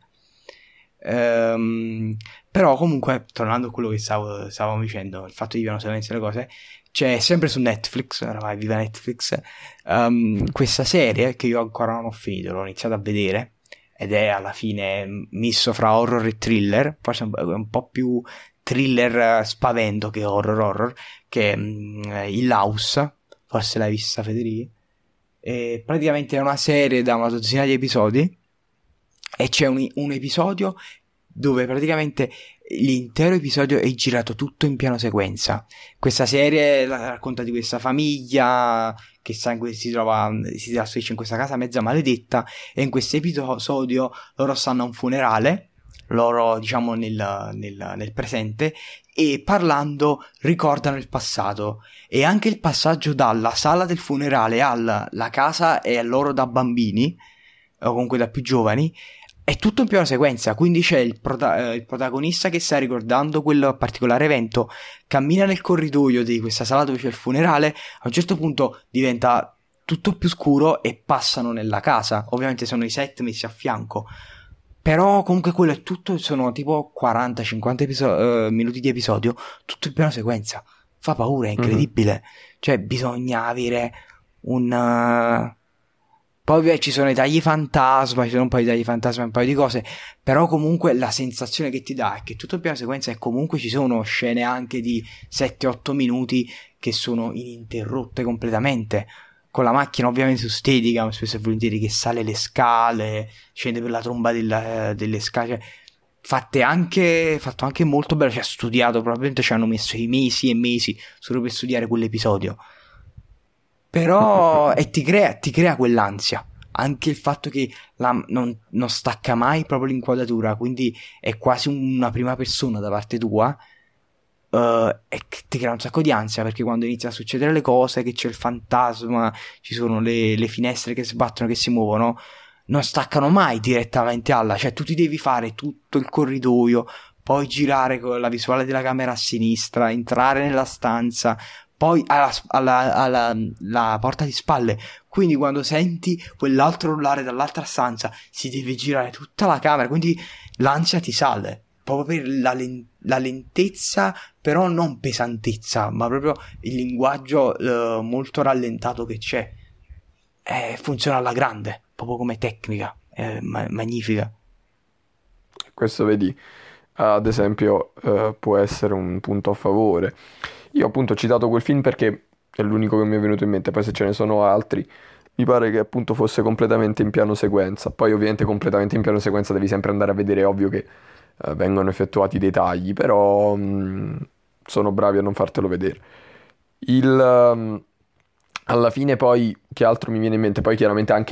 Però comunque, tornando a quello che stavamo dicendo, il fatto di piano sequenza e le cose, c'è sempre su Netflix, oramai viva Netflix, questa serie che io ancora non ho finito, l'ho iniziato a vedere, ed è alla fine misto fra horror e thriller, forse un po' più thriller spavento che horror, che è Il House, forse l'hai vista, Federico. E praticamente è una serie da una dozzina di episodi, e c'è un episodio dove praticamente l'intero episodio è girato tutto in piano sequenza. Questa serie racconta di questa famiglia che si trasferisce in questa casa mezza maledetta, e in questo episodio loro stanno a un funerale, loro diciamo nel presente, e parlando ricordano il passato, e anche il passaggio dalla sala del funerale alla casa e a loro da bambini, o comunque da più giovani, è tutto in piena sequenza. Quindi c'è il protagonista che sta ricordando quel particolare evento, cammina nel corridoio di questa sala dove c'è il funerale, a un certo punto diventa tutto più scuro e passano nella casa. Ovviamente sono i set messi a fianco, però comunque quello è tutto, sono tipo 40-50 minuti di episodio, tutto in piena sequenza. Fa paura, è incredibile. Cioè bisogna avere un... Poi ci sono i tagli fantasma, ci sono un paio di tagli fantasma e un paio di cose, però comunque la sensazione che ti dà è che tutto in piena sequenza, e comunque ci sono scene anche di 7-8 minuti che sono ininterrotte completamente, con la macchina ovviamente su Steadicam, spesso e volentieri, che sale le scale, scende per la tromba delle scale, cioè, fatto anche molto bello, cioè studiato, probabilmente ci hanno messo i mesi e mesi solo per studiare quell'episodio. Però ti crea quell'ansia, anche il fatto che non stacca mai proprio l'inquadratura, quindi è quasi una prima persona da parte tua, e che ti crea un sacco di ansia, perché quando inizia a succedere le cose, che c'è il fantasma, ci sono le finestre che sbattono, che si muovono, non staccano mai direttamente cioè tu ti devi fare tutto il corridoio, poi girare con la visuale della camera a sinistra, entrare nella stanza, poi alla porta di spalle. Quindi quando senti quell'altro urlare dall'altra stanza si deve girare tutta la camera, quindi l'ansia ti sale proprio per la lentezza, però non pesantezza, ma proprio il linguaggio molto rallentato che c'è. Funziona alla grande, proprio come tecnica, è magnifica. Questo vedi, ad esempio, può essere un punto a favore. Io appunto ho citato quel film perché è l'unico che mi è venuto in mente, poi se ce ne sono altri, mi pare che appunto fosse completamente in piano sequenza. Poi ovviamente completamente in piano sequenza devi sempre andare a vedere, è ovvio che vengono effettuati dei tagli, però sono bravi a non fartelo vedere. Alla fine poi, che altro mi viene in mente? Poi chiaramente anche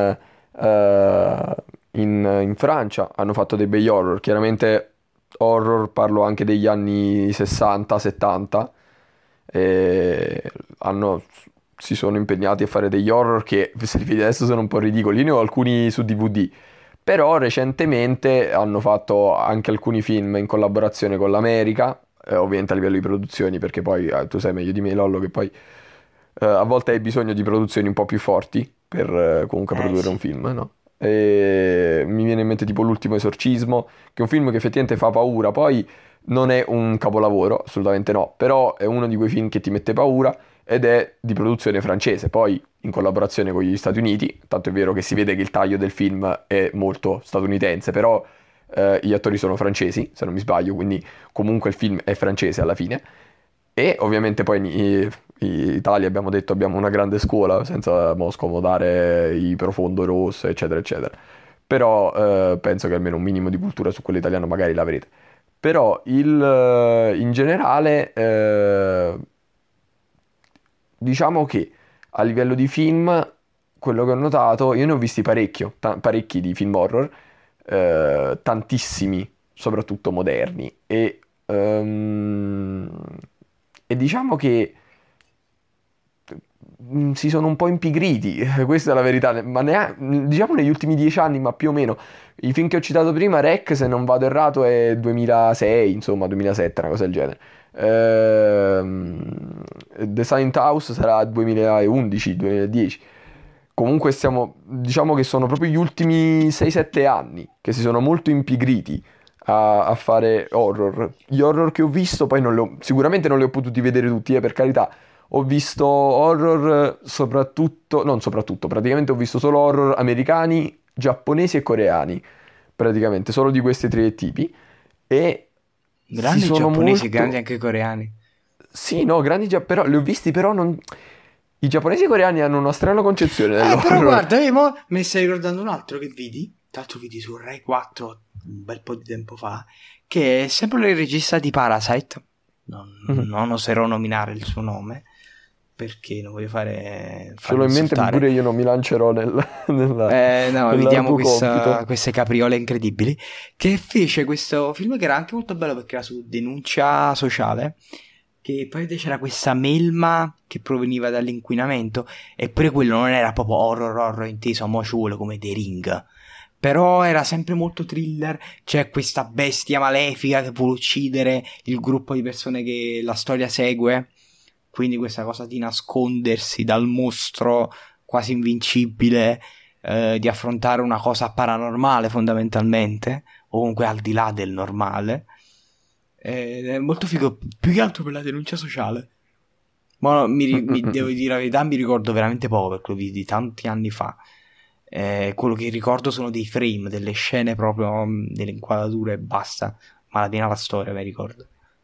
in Francia hanno fatto dei bei horror, chiaramente horror parlo anche degli anni 60-70, e si sono impegnati a fare degli horror che se li vedi adesso sono un po' ridicoli. Io ne ho alcuni su DVD, però recentemente hanno fatto anche alcuni film in collaborazione con l'America, ovviamente a livello di produzioni, perché poi tu sai meglio di me, Lollo, che poi a volte hai bisogno di produzioni un po' più forti per comunque produrre Sì. un film, no? E mi viene in mente tipo L'ultimo esorcismo, che è un film che effettivamente fa paura, poi non è un capolavoro, assolutamente no, però è uno di quei film che ti mette paura ed è di produzione francese, poi in collaborazione con gli Stati Uniti, tanto è vero che si vede che il taglio del film è molto statunitense, però gli attori sono francesi, se non mi sbaglio, quindi comunque il film è francese alla fine. E ovviamente poi in Italia abbiamo detto abbiamo una grande scuola senza scomodare i Profondo Rosso, eccetera, eccetera. Però penso che almeno un minimo di cultura su quello italiano magari l'avrete. Però in generale diciamo che a livello di film, quello che ho notato, io ne ho visti parecchi di film horror, tantissimi, soprattutto moderni, e diciamo che si sono un po' impigriti, questa è la verità, ma diciamo negli ultimi 10 anni, ma più o meno. I film che ho citato prima, Rec, se non vado errato, è 2006, insomma, 2007, una cosa del genere. The Silent House sarà 2011, 2010. Comunque diciamo che sono proprio gli ultimi 6-7 anni che si sono molto impigriti a fare horror. Gli horror che ho visto, poi sicuramente non li ho potuti vedere tutti, per carità. Ho visto horror soprattutto, non soprattutto, praticamente ho visto solo horror americani, giapponesi e coreani, praticamente solo di questi tre tipi. E Grandi giapponesi, grandi anche coreani. Sì, no, però li ho visti, però non... I giapponesi e i coreani hanno una strana concezione dell'horror. Però guarda, me ne stai ricordando un altro che vidi, tra l'altro vidi su Rai 4 un bel po' di tempo fa, che è sempre il regista di Parasite, non oserò nominare il suo nome, perché non voglio fare... Ce l'ho in mente, pure io non mi lancerò no, vediamo queste capriole incredibili, che fece questo film che era anche molto bello perché era su denuncia sociale, che poi c'era questa melma che proveniva dall'inquinamento, eppure quello non era proprio horror inteso, mo ci vuole come The Ring, però era sempre molto thriller. C'è questa bestia malefica che vuole uccidere il gruppo di persone che la storia segue, quindi questa cosa di nascondersi dal mostro quasi invincibile, di affrontare una cosa paranormale fondamentalmente, o comunque al di là del normale. È molto figo, più che altro per la denuncia sociale. Ma devo dire la verità, mi ricordo veramente poco perché lo vidi tanti anni fa. Quello che ricordo sono dei frame, delle scene proprio, delle inquadrature e basta, ma la piena la storia mi ricordo.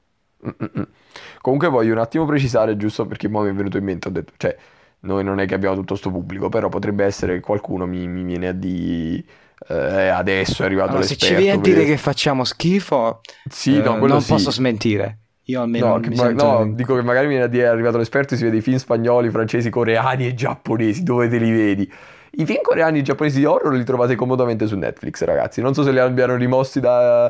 Comunque voglio un attimo precisare, giusto perché mo mi è venuto in mente, ho detto, cioè, noi non è che abbiamo tutto sto pubblico, però potrebbe essere che qualcuno mi viene a dire adesso è arrivato l'esperto. Se ci viene a dire che facciamo schifo, sì, no, non sì. posso smentire. Io almeno dico che magari mi viene a dire è arrivato l'esperto e si vede i film spagnoli, francesi, coreani e giapponesi, dove te li vedi? I film coreani e giapponesi di horror li trovate comodamente su Netflix, ragazzi. Non so se li abbiano rimossi dal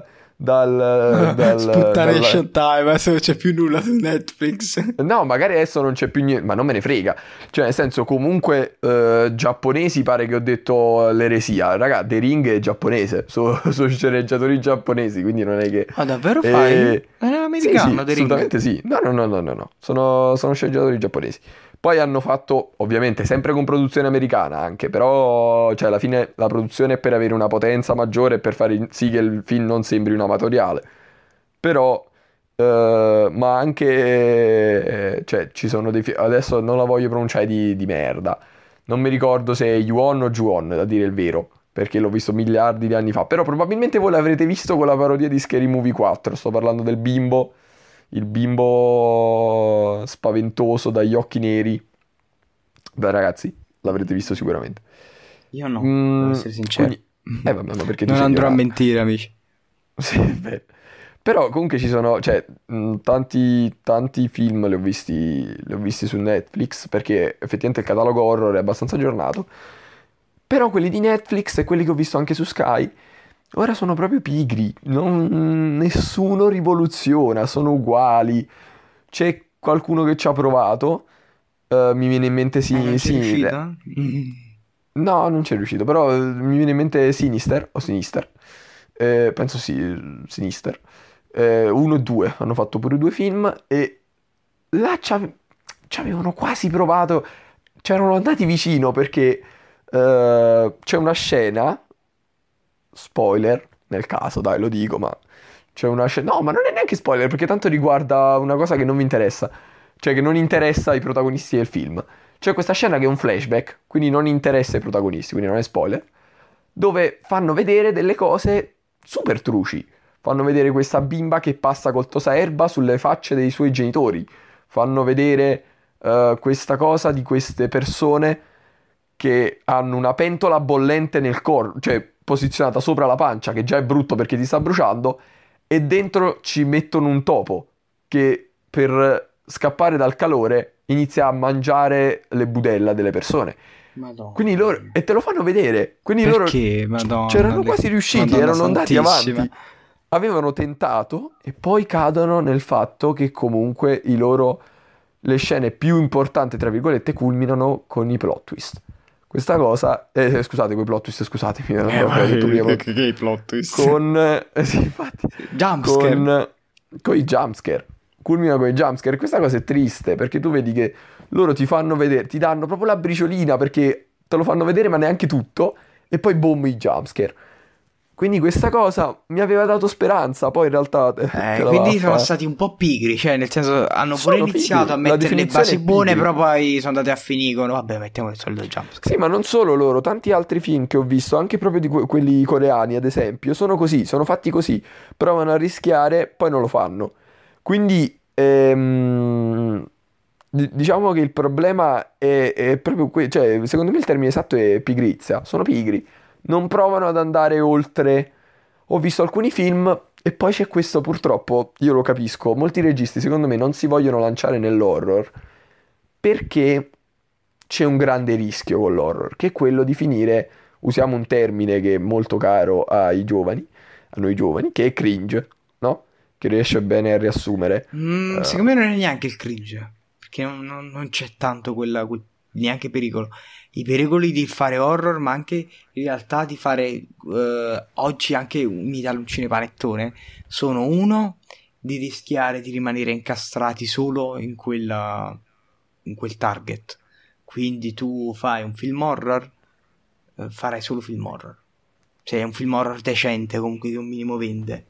Sputtare Showtime, adesso non c'è più nulla su Netflix. No, magari adesso non c'è più niente, ma non me ne frega. Cioè, nel senso, comunque giapponesi pare che ho detto l'eresia. Raga, The Ring è giapponese, sono sceneggiatori giapponesi, quindi non è che... Ma davvero fai? È americano, sì, The Ring? assolutamente sì. No. Sono sceneggiatori giapponesi. Poi hanno fatto, ovviamente, sempre con produzione americana anche, però, cioè, alla fine la produzione è per avere una potenza maggiore e per fare sì che il film non sembri un amatoriale. Però, ma anche, cioè, ci sono dei film, adesso non la voglio pronunciare di merda. Non mi ricordo se è Yuon o Juon, da dire il vero, perché l'ho visto miliardi di anni fa. Però probabilmente voi l'avrete visto con la parodia di Scary Movie 4. Sto parlando del bimbo. Il bimbo spaventoso dagli occhi neri. Beh, ragazzi, l'avrete visto sicuramente. Io no, devo essere sincero. Vabbè, ma perché non andrò a mentire, amici. Sì, è vero. Però comunque ci sono, cioè, tanti film li ho visti su Netflix, perché effettivamente il catalogo horror è abbastanza aggiornato. Però quelli di Netflix e quelli che ho visto anche su Sky ora sono proprio pigri, nessuno rivoluziona, sono uguali. C'è qualcuno che ci ha provato, mi viene in mente non c'è riuscito? No, non c'è riuscito, però mi viene in mente Sinister o Sinister, penso sì, Sinister. 1 e 2, hanno fatto pure 2 film e là ci avevano quasi provato, c'erano andati vicino perché c'è una scena... Spoiler, nel caso, dai, lo dico, ma c'è una scena... No, ma non è neanche spoiler, perché tanto riguarda una cosa che non mi interessa. Cioè, che non interessa ai protagonisti del film. C'è questa scena che è un flashback, quindi non interessa ai protagonisti, quindi non è spoiler, dove fanno vedere delle cose super truci. Fanno vedere questa bimba che passa col tosaerba sulle facce dei suoi genitori. Fanno vedere questa cosa di queste persone che hanno una pentola bollente nel corpo, cioè posizionata sopra la pancia, che già è brutto perché ti sta bruciando, e dentro ci mettono un topo che per scappare dal calore inizia a mangiare le budella delle persone. Madonna. Quindi loro, e te lo fanno vedere, quindi perché? Madonna, c'erano quasi riusciti, Madonna erano andati santissima. avanti, avevano tentato e poi cadono nel fatto che comunque i loro le scene più importanti, tra virgolette, culminano con i plot twist. Questa cosa, scusate, quei plot twist, scusatemi, non l'avevo detto prima. Che i plot twist? Sì, infatti, Jumpscare. con i jumpscare. Culmina con i jumpscare. Questa cosa è triste, perché tu vedi che loro ti fanno vedere, ti danno proprio la briciolina, perché te lo fanno vedere ma neanche tutto, e poi boom, i jumpscare. Quindi questa cosa mi aveva dato speranza, poi in realtà quindi sono stati un po' pigri, cioè nel senso hanno pure iniziato a mettere le basi buone, però poi sono andati a finire con vabbè, mettiamo il solito jumpscare. Sì, ma non solo loro, tanti altri film che ho visto, anche proprio di quelli coreani ad esempio, sono così, sono fatti così, provano a rischiare, poi non lo fanno. Quindi diciamo che il problema è proprio cioè secondo me il termine esatto è pigrizia, sono pigri, non provano ad andare oltre. Ho visto alcuni film e poi c'è questo, purtroppo, io lo capisco, molti registi secondo me non si vogliono lanciare nell'horror perché c'è un grande rischio con l'horror, che è quello di finire, usiamo un termine che è molto caro ai giovani, a noi giovani, che è cringe, no? Che riesce bene a riassumere. Secondo me non è neanche il cringe, perché non c'è tanto neanche pericolo. I pericoli di fare horror, ma anche in realtà di fare oggi anche un Italo cinepanettone, sono uno di rischiare di rimanere incastrati solo in quel target. Quindi tu fai un film horror, farai solo film horror. Se è un film horror decente, comunque che un minimo vende.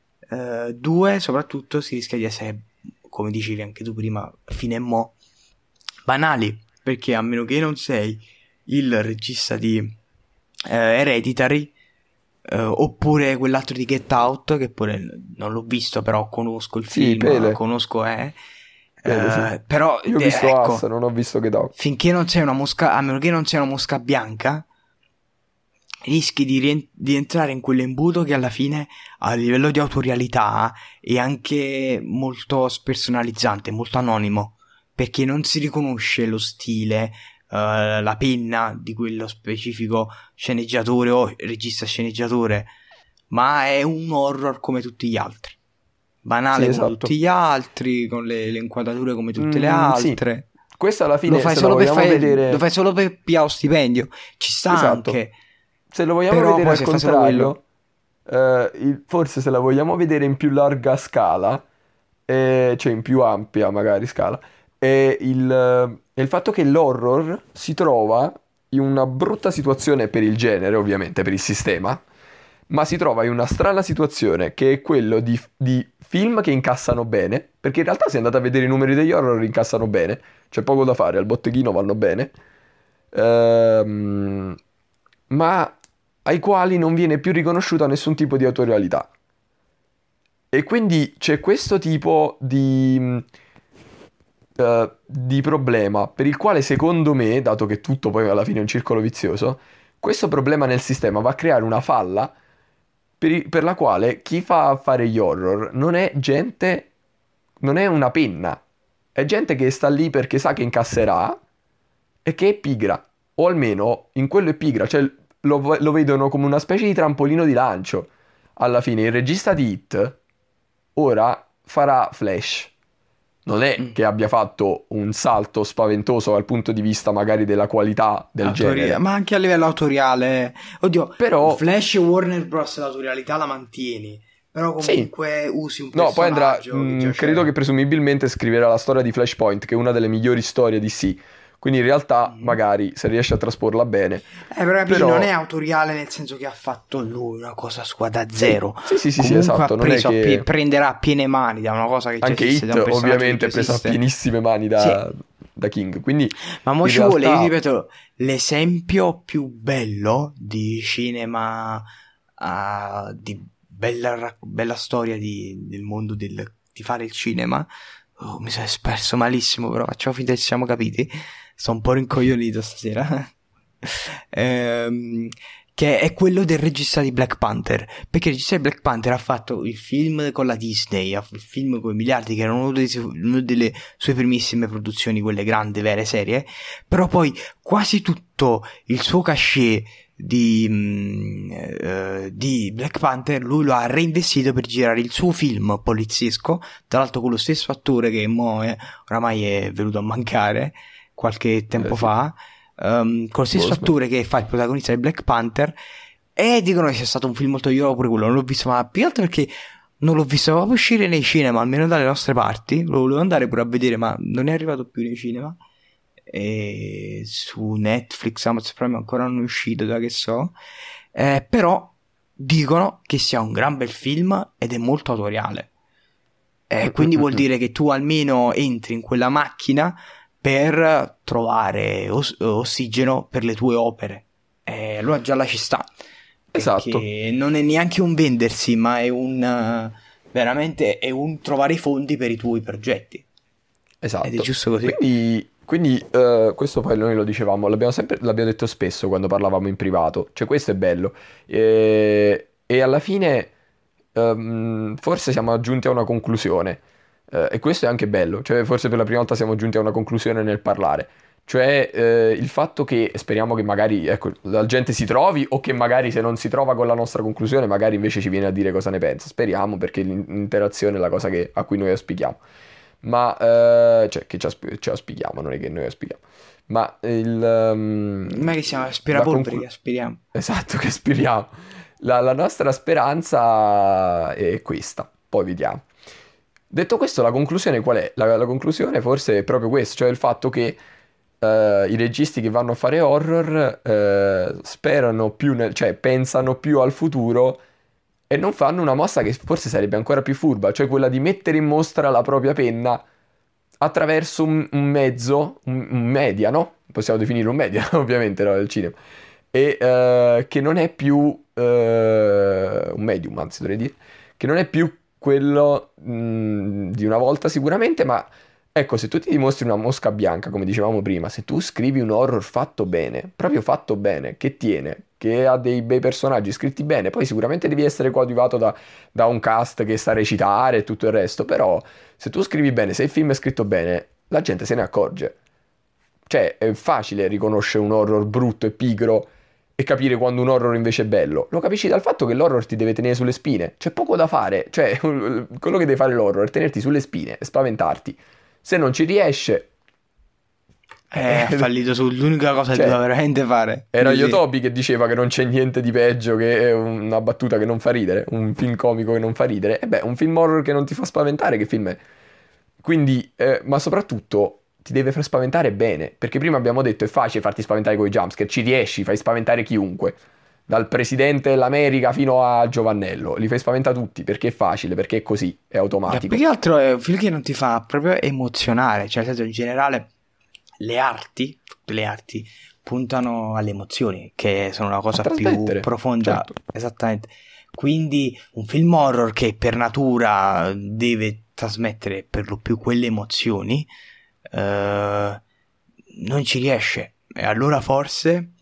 Due, soprattutto si rischia di essere, come dicevi anche tu prima, fine e mo, banali, perché a meno che non sei il regista di Hereditary oppure quell'altro di Get Out, che pure non l'ho visto, però conosco il film, Pele. conosco Sì. però io ho visto ecco, Us, non ho visto Get Out. finché non sei una mosca, a meno che non sei una mosca bianca, rischi di entrare in quell'imbuto che alla fine a livello di autorialità è anche molto spersonalizzante, molto anonimo, perché non si riconosce lo stile, la penna di quello specifico sceneggiatore o regista sceneggiatore, ma è un horror come tutti gli altri, banale Sì, come esatto. tutti gli altri, con le inquadrature come tutte le altre. Sì. Questa alla fine Lo fai se solo la per vogliamo vedere... lo fai solo per pigliare lo stipendio, ci sta Esatto. anche. Se lo vogliamo Però vedere poi al se fa solo quello, contrario, forse se la vogliamo vedere in più larga scala, cioè in più ampia magari scala, è il fatto che l'horror si trova in una brutta situazione per il genere, ovviamente per il sistema, ma si trova in una strana situazione che è quello di film che incassano bene, perché in realtà se andate a vedere i numeri degli horror incassano bene, c'è poco da fare, al botteghino vanno bene, ma ai quali non viene più riconosciuta nessun tipo di autorialità. E quindi c'è questo tipo di problema per il quale secondo me, dato che tutto poi alla fine è un circolo vizioso, questo problema nel sistema va a creare una falla per la quale chi fa fare gli horror non è gente, non è una penna, è gente che sta lì perché sa che incasserà e che è pigra, o almeno in quello è pigra, cioè lo vedono come una specie di trampolino di lancio. Alla fine il regista di It ora farà Flash. Non è che abbia fatto un salto spaventoso dal punto di vista magari della qualità del genere. ma anche a livello autoriale. Oddio, Però Flash e Warner Bros. L'autorialità la mantieni, però comunque usi un no, poi andrà, personaggio che già credo c'era. che presumibilmente scriverà la storia di Flashpoint, che è una delle migliori storie di DC. Quindi in realtà magari se riesce a trasporla bene. Però non è autoriale nel senso che ha fatto lui una cosa sua da zero. Sì, Comunque esatto. ha Non è preso che... prenderà a piene mani da una cosa che già Anche esiste, It da un personaggio ovviamente è che già presa a esiste. pienissime mani da King. Quindi Ma mo in ci realtà... vuole, io ti ripeto, l'esempio più bello di cinema, di bella storia del mondo di fare il cinema. Oh, mi sono espresso malissimo, però facciamo finta che ci siamo capiti. Sto un po' rincoglionito stasera. Che è quello del regista di Black Panther, perché il regista di Black Panther ha fatto il film con la Disney, ha fatto il film con i miliardi, che erano una delle sue primissime produzioni, quelle grandi, vere, serie, però poi quasi tutto il suo cachet di di Black Panther, lui lo ha reinvestito per girare il suo film poliziesco, tra l'altro con lo stesso attore che oramai è venuto a mancare qualche tempo fa, con lo stesso attore che fa il protagonista di Black Panther, e dicono che sia stato un film molto... Io pure quello non l'ho visto, ma più che altro perché non l'ho visto proprio uscire nei cinema, almeno dalle nostre parti. Lo volevo andare pure a vedere, ma non è arrivato più nei cinema. E su Netflix, Amazon Prime ancora non è uscito, da che so. Però dicono che sia un gran bel film ed è molto autoriale. Quindi vuol dire che tu almeno entri in quella macchina per trovare ossigeno per le tue opere. Allora già là ci sta. Esatto. Perché non è neanche un vendersi, ma è veramente è un trovare i fondi per i tuoi progetti. Esatto. Ed è giusto così. Quindi questo poi noi lo dicevamo, l'abbiamo detto spesso quando parlavamo in privato, cioè questo è bello. E alla fine forse siamo giunti a una conclusione, e questo è anche bello, cioè forse per la prima volta siamo giunti a una conclusione nel parlare. Cioè il fatto che speriamo che magari la gente si trovi, o che magari se non si trova con la nostra conclusione magari invece ci viene a dire cosa ne pensa. Speriamo, perché l'interazione è la cosa a cui noi auspichiamo. Ma cioè che ci auspichiamo, non è che noi auspichiamo. Ma non è che siamo aspirapolveri, che aspiriamo. Esatto, che aspiriamo. La nostra speranza è questa. Poi vediamo. Detto questo, la conclusione qual è? La conclusione forse è proprio questo, cioè il fatto che i registi che vanno a fare horror sperano più cioè pensano più al futuro e non fanno una mossa che forse sarebbe ancora più furba, cioè quella di mettere in mostra la propria penna attraverso un mezzo, un media, no? Possiamo definire un media, ovviamente, no? Del cinema. E che non è più un medium, anzi dovrei dire, che non è più quello di una volta sicuramente, ma ecco, se tu ti dimostri una mosca bianca, come dicevamo prima, se tu scrivi un horror fatto bene, proprio fatto bene, che tiene, che ha dei bei personaggi scritti bene, poi sicuramente devi essere coadiuvato da un cast che sa recitare e tutto il resto, però se tu scrivi bene, se il film è scritto bene, la gente se ne accorge. Cioè, è facile riconoscere un horror brutto e pigro e capire quando un horror invece è bello. Lo capisci dal fatto che l'horror ti deve tenere sulle spine. C'è poco da fare. Cioè, quello che deve fare l'horror è tenerti sulle spine e spaventarti. Se non ci riesce... Ha fallito sull'unica cosa che doveva veramente fare. Era Yotobi che diceva che non c'è niente di peggio che una battuta che non fa ridere, un film comico che non fa ridere. E beh, un film horror che non ti fa spaventare, che film è? Quindi, ma soprattutto ti deve far spaventare bene, perché prima abbiamo detto è facile farti spaventare con i jumpscare, ci riesci, fai spaventare chiunque, dal presidente dell'America fino a Giovannello, li fai spaventare tutti, perché è facile, perché è così, è automatico. Più che altro è un film che non ti fa proprio emozionare, cioè nel senso, in generale tutte le arti puntano alle emozioni, che sono una cosa più profonda, certo. Esattamente. Quindi un film horror che per natura deve trasmettere per lo più quelle emozioni non ci riesce, e allora forse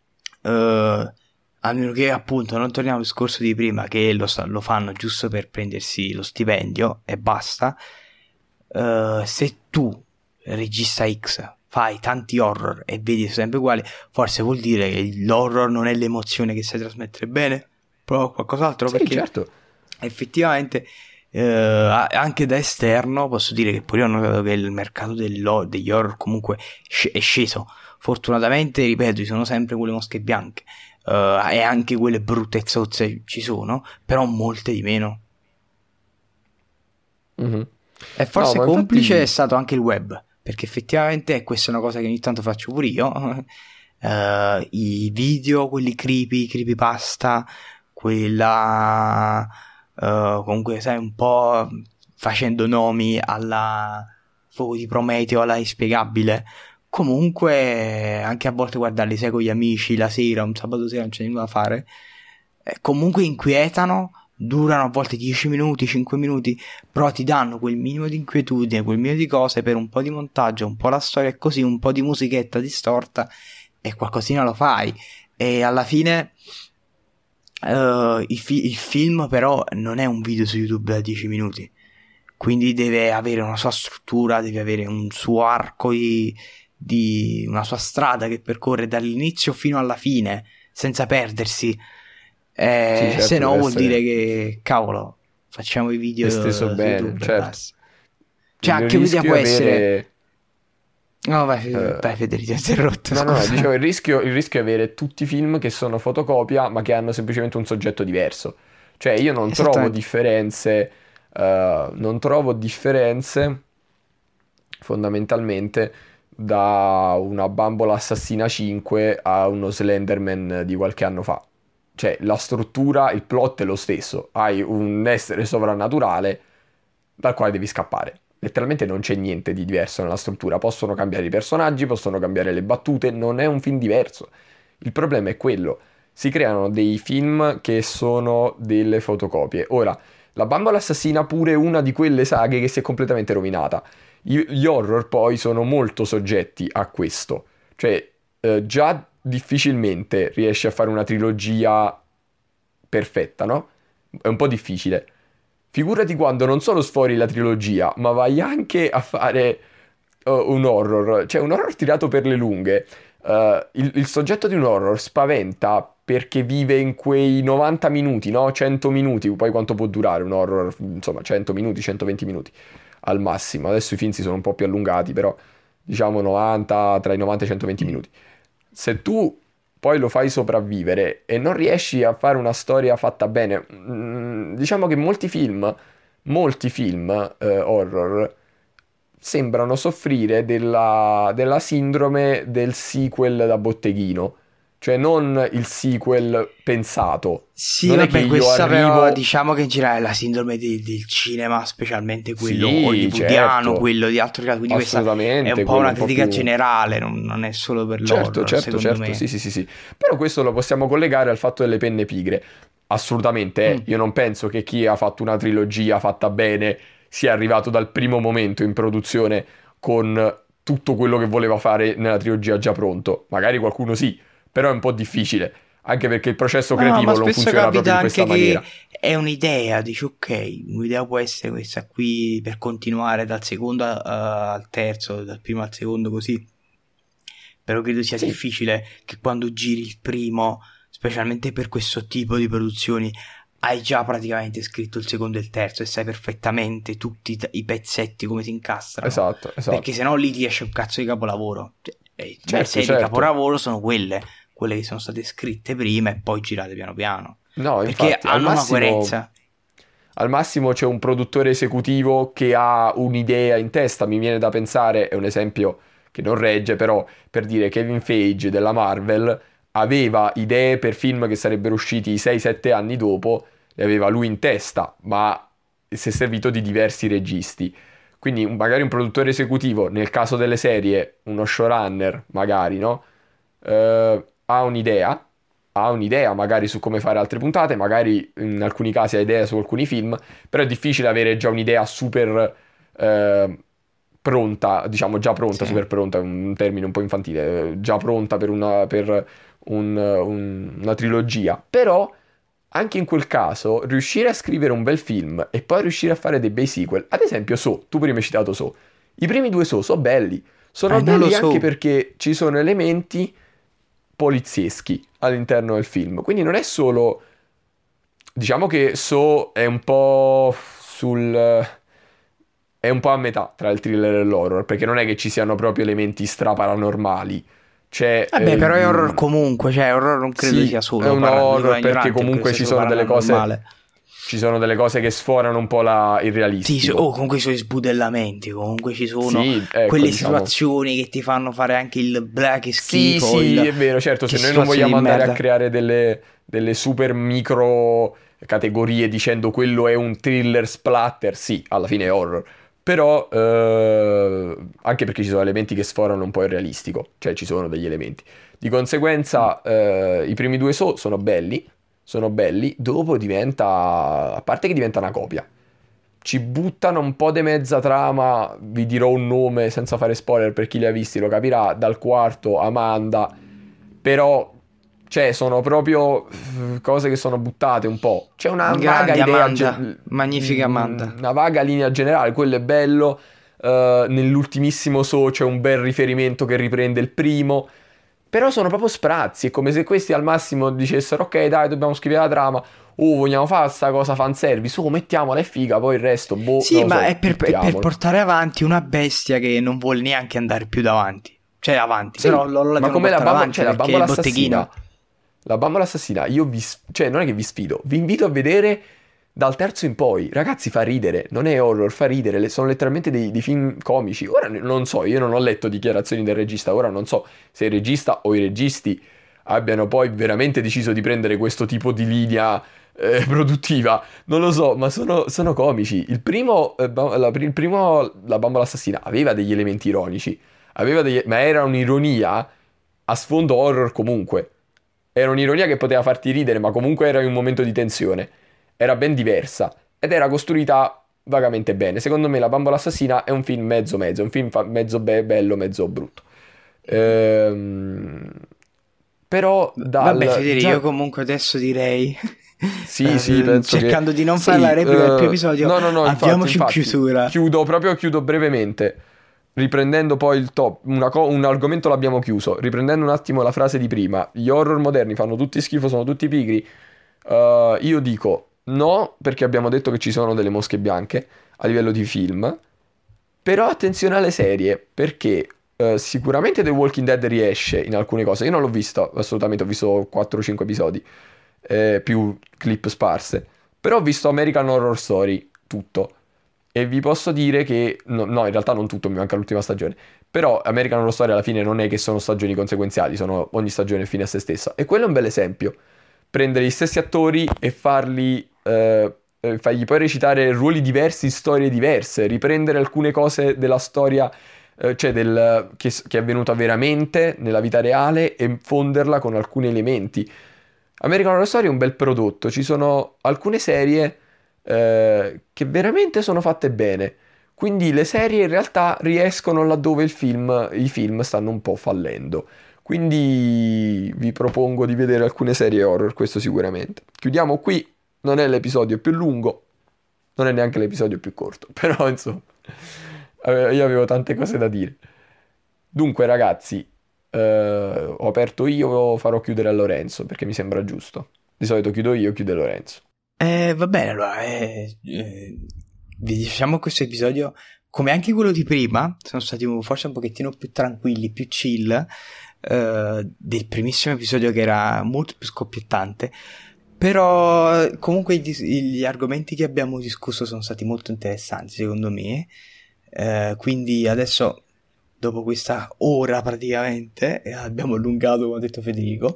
a meno che appunto non torniamo al discorso di prima, che lo fanno giusto per prendersi lo stipendio e basta. Se tu, regista X, fai tanti horror e vedi sempre uguali, forse vuol dire che l'horror non è l'emozione che sai trasmettere bene, però qualcos'altro. Sì, perché certo. Effettivamente anche da esterno posso dire che pure io ho notato che il mercato degli horror comunque è sceso. Fortunatamente, ripeto, ci sono sempre quelle mosche bianche e anche quelle brutte zozze ci sono, però molte di meno. Mm-hmm. E forse complice è stato anche il web, perché effettivamente questa è una cosa che ogni tanto faccio pure io. I video, quelli creepypasta, quella comunque sai, un po' facendo nomi alla fuoco di Prometeo, alla inspiegabile. Comunque anche a volte guardarli, sai, con gli amici la sera, un sabato sera non c'è nulla da fare, comunque inquietano, durano a volte 10 minuti, 5 minuti, però ti danno quel minimo di inquietudine, quel minimo di cose per un po' di montaggio, un po' la storia è così, un po' di musichetta distorta e qualcosina lo fai. E alla fine il film però non è un video su YouTube da 10 minuti, quindi deve avere una sua struttura, deve avere un suo arco di una sua strada che percorre dall'inizio fino alla fine senza perdersi. Sì, certo, Se no deve vuol essere dire che, cavolo, facciamo i video esteso su bene, YouTube e certo. basta. Cioè, Il anche un'idea rischio può è essere... avere... No, vai, eh, vai Federico, ti ho interrotto, no, dicevo, scusa. il rischio è avere tutti i film che sono fotocopia, ma che hanno semplicemente un soggetto diverso. Cioè, io non trovo Esattamente. differenze, non trovo differenze fondamentalmente da una Bambola Assassina 5 a uno Slenderman di qualche anno fa. Cioè, la struttura, il plot è lo stesso. Hai un essere sovrannaturale dal quale devi scappare. Letteralmente non c'è niente di diverso nella struttura. Possono cambiare i personaggi, possono cambiare le battute, non è un film diverso. Il problema è quello. Si creano dei film che sono delle fotocopie. Ora, la Bambola Assassina pure è una di quelle saghe che si è completamente rovinata. Gli horror poi sono molto soggetti a questo. Cioè, già difficilmente riesci a fare una trilogia perfetta, no? È un po' difficile. Figurati quando non solo sfori la trilogia, ma vai anche a fare un horror, cioè un horror tirato per le lunghe. Il soggetto di un horror spaventa perché vive in quei 90 minuti, no? 100 minuti, poi quanto può durare un horror? Insomma, 100 minuti, 120 minuti al massimo. Adesso i film si sono un po' più allungati, però diciamo 90, tra i 90 e i 120 minuti. Se tu poi lo fai sopravvivere e non riesci a fare una storia fatta bene, diciamo che molti film horror sembrano soffrire della sindrome del sequel da botteghino, cioè non il sequel pensato. Sì, Non è che vabbè, io questa però arrivo... diciamo che in generale è la sindrome del cinema, specialmente quello Sì, hollywoodiano, certo, quello di altro genere, quindi questa è un assolutamente, po' quello una un po' critica più... generale, non è solo per Certo, l'horror, certo, secondo certo, me. sì, sì, sì, sì. Però questo lo possiamo collegare al fatto delle penne pigre. Assolutamente, Mm. io non penso che chi ha fatto una trilogia fatta bene sia arrivato dal primo momento in produzione con tutto quello che voleva fare nella trilogia già pronto. Magari qualcuno sì, però è un po' difficile, anche perché il processo No, ma creativo non spesso funziona proprio capita in anche questa che maniera. è un'idea, dici ok, un'idea può essere questa qui per continuare dal secondo al terzo, dal primo al secondo così, però credo sia Sì, difficile che quando giri il primo, specialmente per questo tipo di produzioni, hai già praticamente scritto il secondo e il terzo e sai perfettamente tutti i pezzetti come si incastrano, esatto, perché esatto. sennò lì ti esce un cazzo di capolavoro. Le Certo, serie di certo. capolavoro sono quelle che sono state scritte prima e poi girate piano piano, No, perché infatti, al hanno una massimo... coerenza. Al massimo c'è un produttore esecutivo che ha un'idea in testa, mi viene da pensare, è un esempio che non regge, però per dire Kevin Feige della Marvel aveva idee per film che sarebbero usciti 6-7 anni dopo, le aveva lui in testa, ma si è servito di diversi registi. Quindi magari un produttore esecutivo, nel caso delle serie, uno showrunner, magari, no? Ha un'idea, magari su come fare altre puntate, magari in alcuni casi ha idea su alcuni film, però è difficile avere già un'idea super pronta, diciamo già pronta, Sì. super pronta, è un termine un po' infantile, già pronta per una trilogia. Però anche in quel caso riuscire a scrivere un bel film e poi riuscire a fare dei bei sequel, ad esempio tu prima hai citato i primi due sono belli. Sono Non lo belli anche so. perché ci sono elementi polizieschi all'interno del film. Quindi non è solo... Diciamo che è un po' è un po' a metà tra il thriller e l'horror, perché non è che ci siano proprio elementi straparanormali. C'è... Vabbè, però è horror comunque, cioè horror non credo sia sì, è solo un lo dico da horror perché ignorante, non credo comunque sia ci solo sono delle cose... paranormale. Ci sono delle cose che sforano un po' il Sì, realistico. comunque i suoi sbudellamenti, comunque ci sono Sì, ecco, quelle diciamo... situazioni che ti fanno fare anche il black Sì, schifo, sì, è vero, certo, che se noi non situazioni vogliamo di andare a merda. creare delle super micro categorie dicendo quello è un thriller splatter, sì, alla fine è horror. Però, anche perché ci sono elementi che sforano un po' il realistico, cioè ci sono degli elementi. Di conseguenza, i primi due sono belli, dopo diventa, a parte che diventa una copia. Ci buttano un po' di mezza trama, vi dirò un nome senza fare spoiler per chi li ha visti, lo capirà, dal quarto Amanda, però cioè sono proprio cose che sono buttate un po'. C'è una vaga Grande idea, Amanda, magnifica Amanda. una vaga linea generale, quello è bello. Nell'ultimissimo c'è un bel riferimento che riprende il primo, Però sono proprio sprazzi, è come se questi al massimo dicessero ok dai dobbiamo scrivere la trama, vogliamo fare sta cosa fanservice, mettiamola è figa, poi il resto, boh, Sì, non lo ma so, è per buttiamolo. portare avanti una bestia che non vuole neanche andare più davanti. Cioè avanti, però Sì, loro la ma devono come portare avanti cioè, la perché è il bambola assassina, botteghino. la bambola assassina, cioè non è che vi sfido, vi invito a vedere dal terzo in poi, ragazzi fa ridere, non è horror, fa ridere, sono letteralmente dei film comici, ora non so, io non ho letto dichiarazioni del regista, ora non so se il regista o i registi abbiano poi veramente deciso di prendere questo tipo di linea produttiva, non lo so, ma sono comici. Il primo, la bambola assassina, aveva degli elementi ironici, ma era un'ironia a sfondo horror comunque. Era un'ironia che poteva farti ridere, ma comunque era in un momento di tensione. Era ben diversa ed era costruita vagamente bene. Secondo me La bambola assassina è un film mezzo mezzo, è un film mezzo bello, mezzo brutto. Ehm, Però Vabbè, dal Federico, io già comunque adesso direi, sì, sì, penso che cercando di non fare la sì, replica del primo episodio, no, no, no, avviamoci in infatti, chiusura. chiudo brevemente, riprendendo poi il top, un argomento l'abbiamo chiuso, riprendendo un attimo la frase di prima, gli horror moderni fanno tutti schifo, sono tutti pigri. Io dico no, perché abbiamo detto che ci sono delle mosche bianche a livello di film, però attenzione alle serie, perché sicuramente The Walking Dead riesce in alcune cose. Io non l'ho visto, assolutamente, ho visto 4-5 episodi, più clip sparse. Però ho visto American Horror Story, tutto. E vi posso dire che... No, in realtà non tutto, mi manca l'ultima stagione. Però American Horror Story alla fine non è che sono stagioni conseguenziali, ogni stagione è fine a se stessa. E quello è un bel esempio. Prendere gli stessi attori e fargli poi recitare ruoli diversi in storie diverse, riprendere alcune cose della storia, cioè che è avvenuta veramente nella vita reale e fonderla con alcuni elementi. American Horror Story è un bel prodotto, ci sono alcune serie che veramente sono fatte bene. Quindi le serie in realtà riescono laddove i film stanno un po' fallendo. Quindi vi propongo di vedere alcune serie horror, questo sicuramente. Chiudiamo qui, non è l'episodio più lungo, non è neanche l'episodio più corto, però insomma, io avevo tante cose da dire. Dunque ragazzi, ho aperto io, farò chiudere a Lorenzo, perché mi sembra giusto. Di solito chiudo io, chiude Lorenzo. Va bene, allora, vi diciamo questo episodio, come anche quello di prima, sono stati forse un pochettino più tranquilli, più chill, del primissimo episodio che era molto più scoppiettante, però comunque gli argomenti che abbiamo discusso sono stati molto interessanti secondo me, quindi adesso dopo questa ora praticamente abbiamo allungato come ha detto Federico,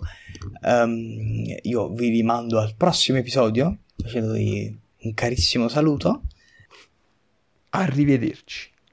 io vi rimando al prossimo episodio facendovi un carissimo saluto. Arrivederci.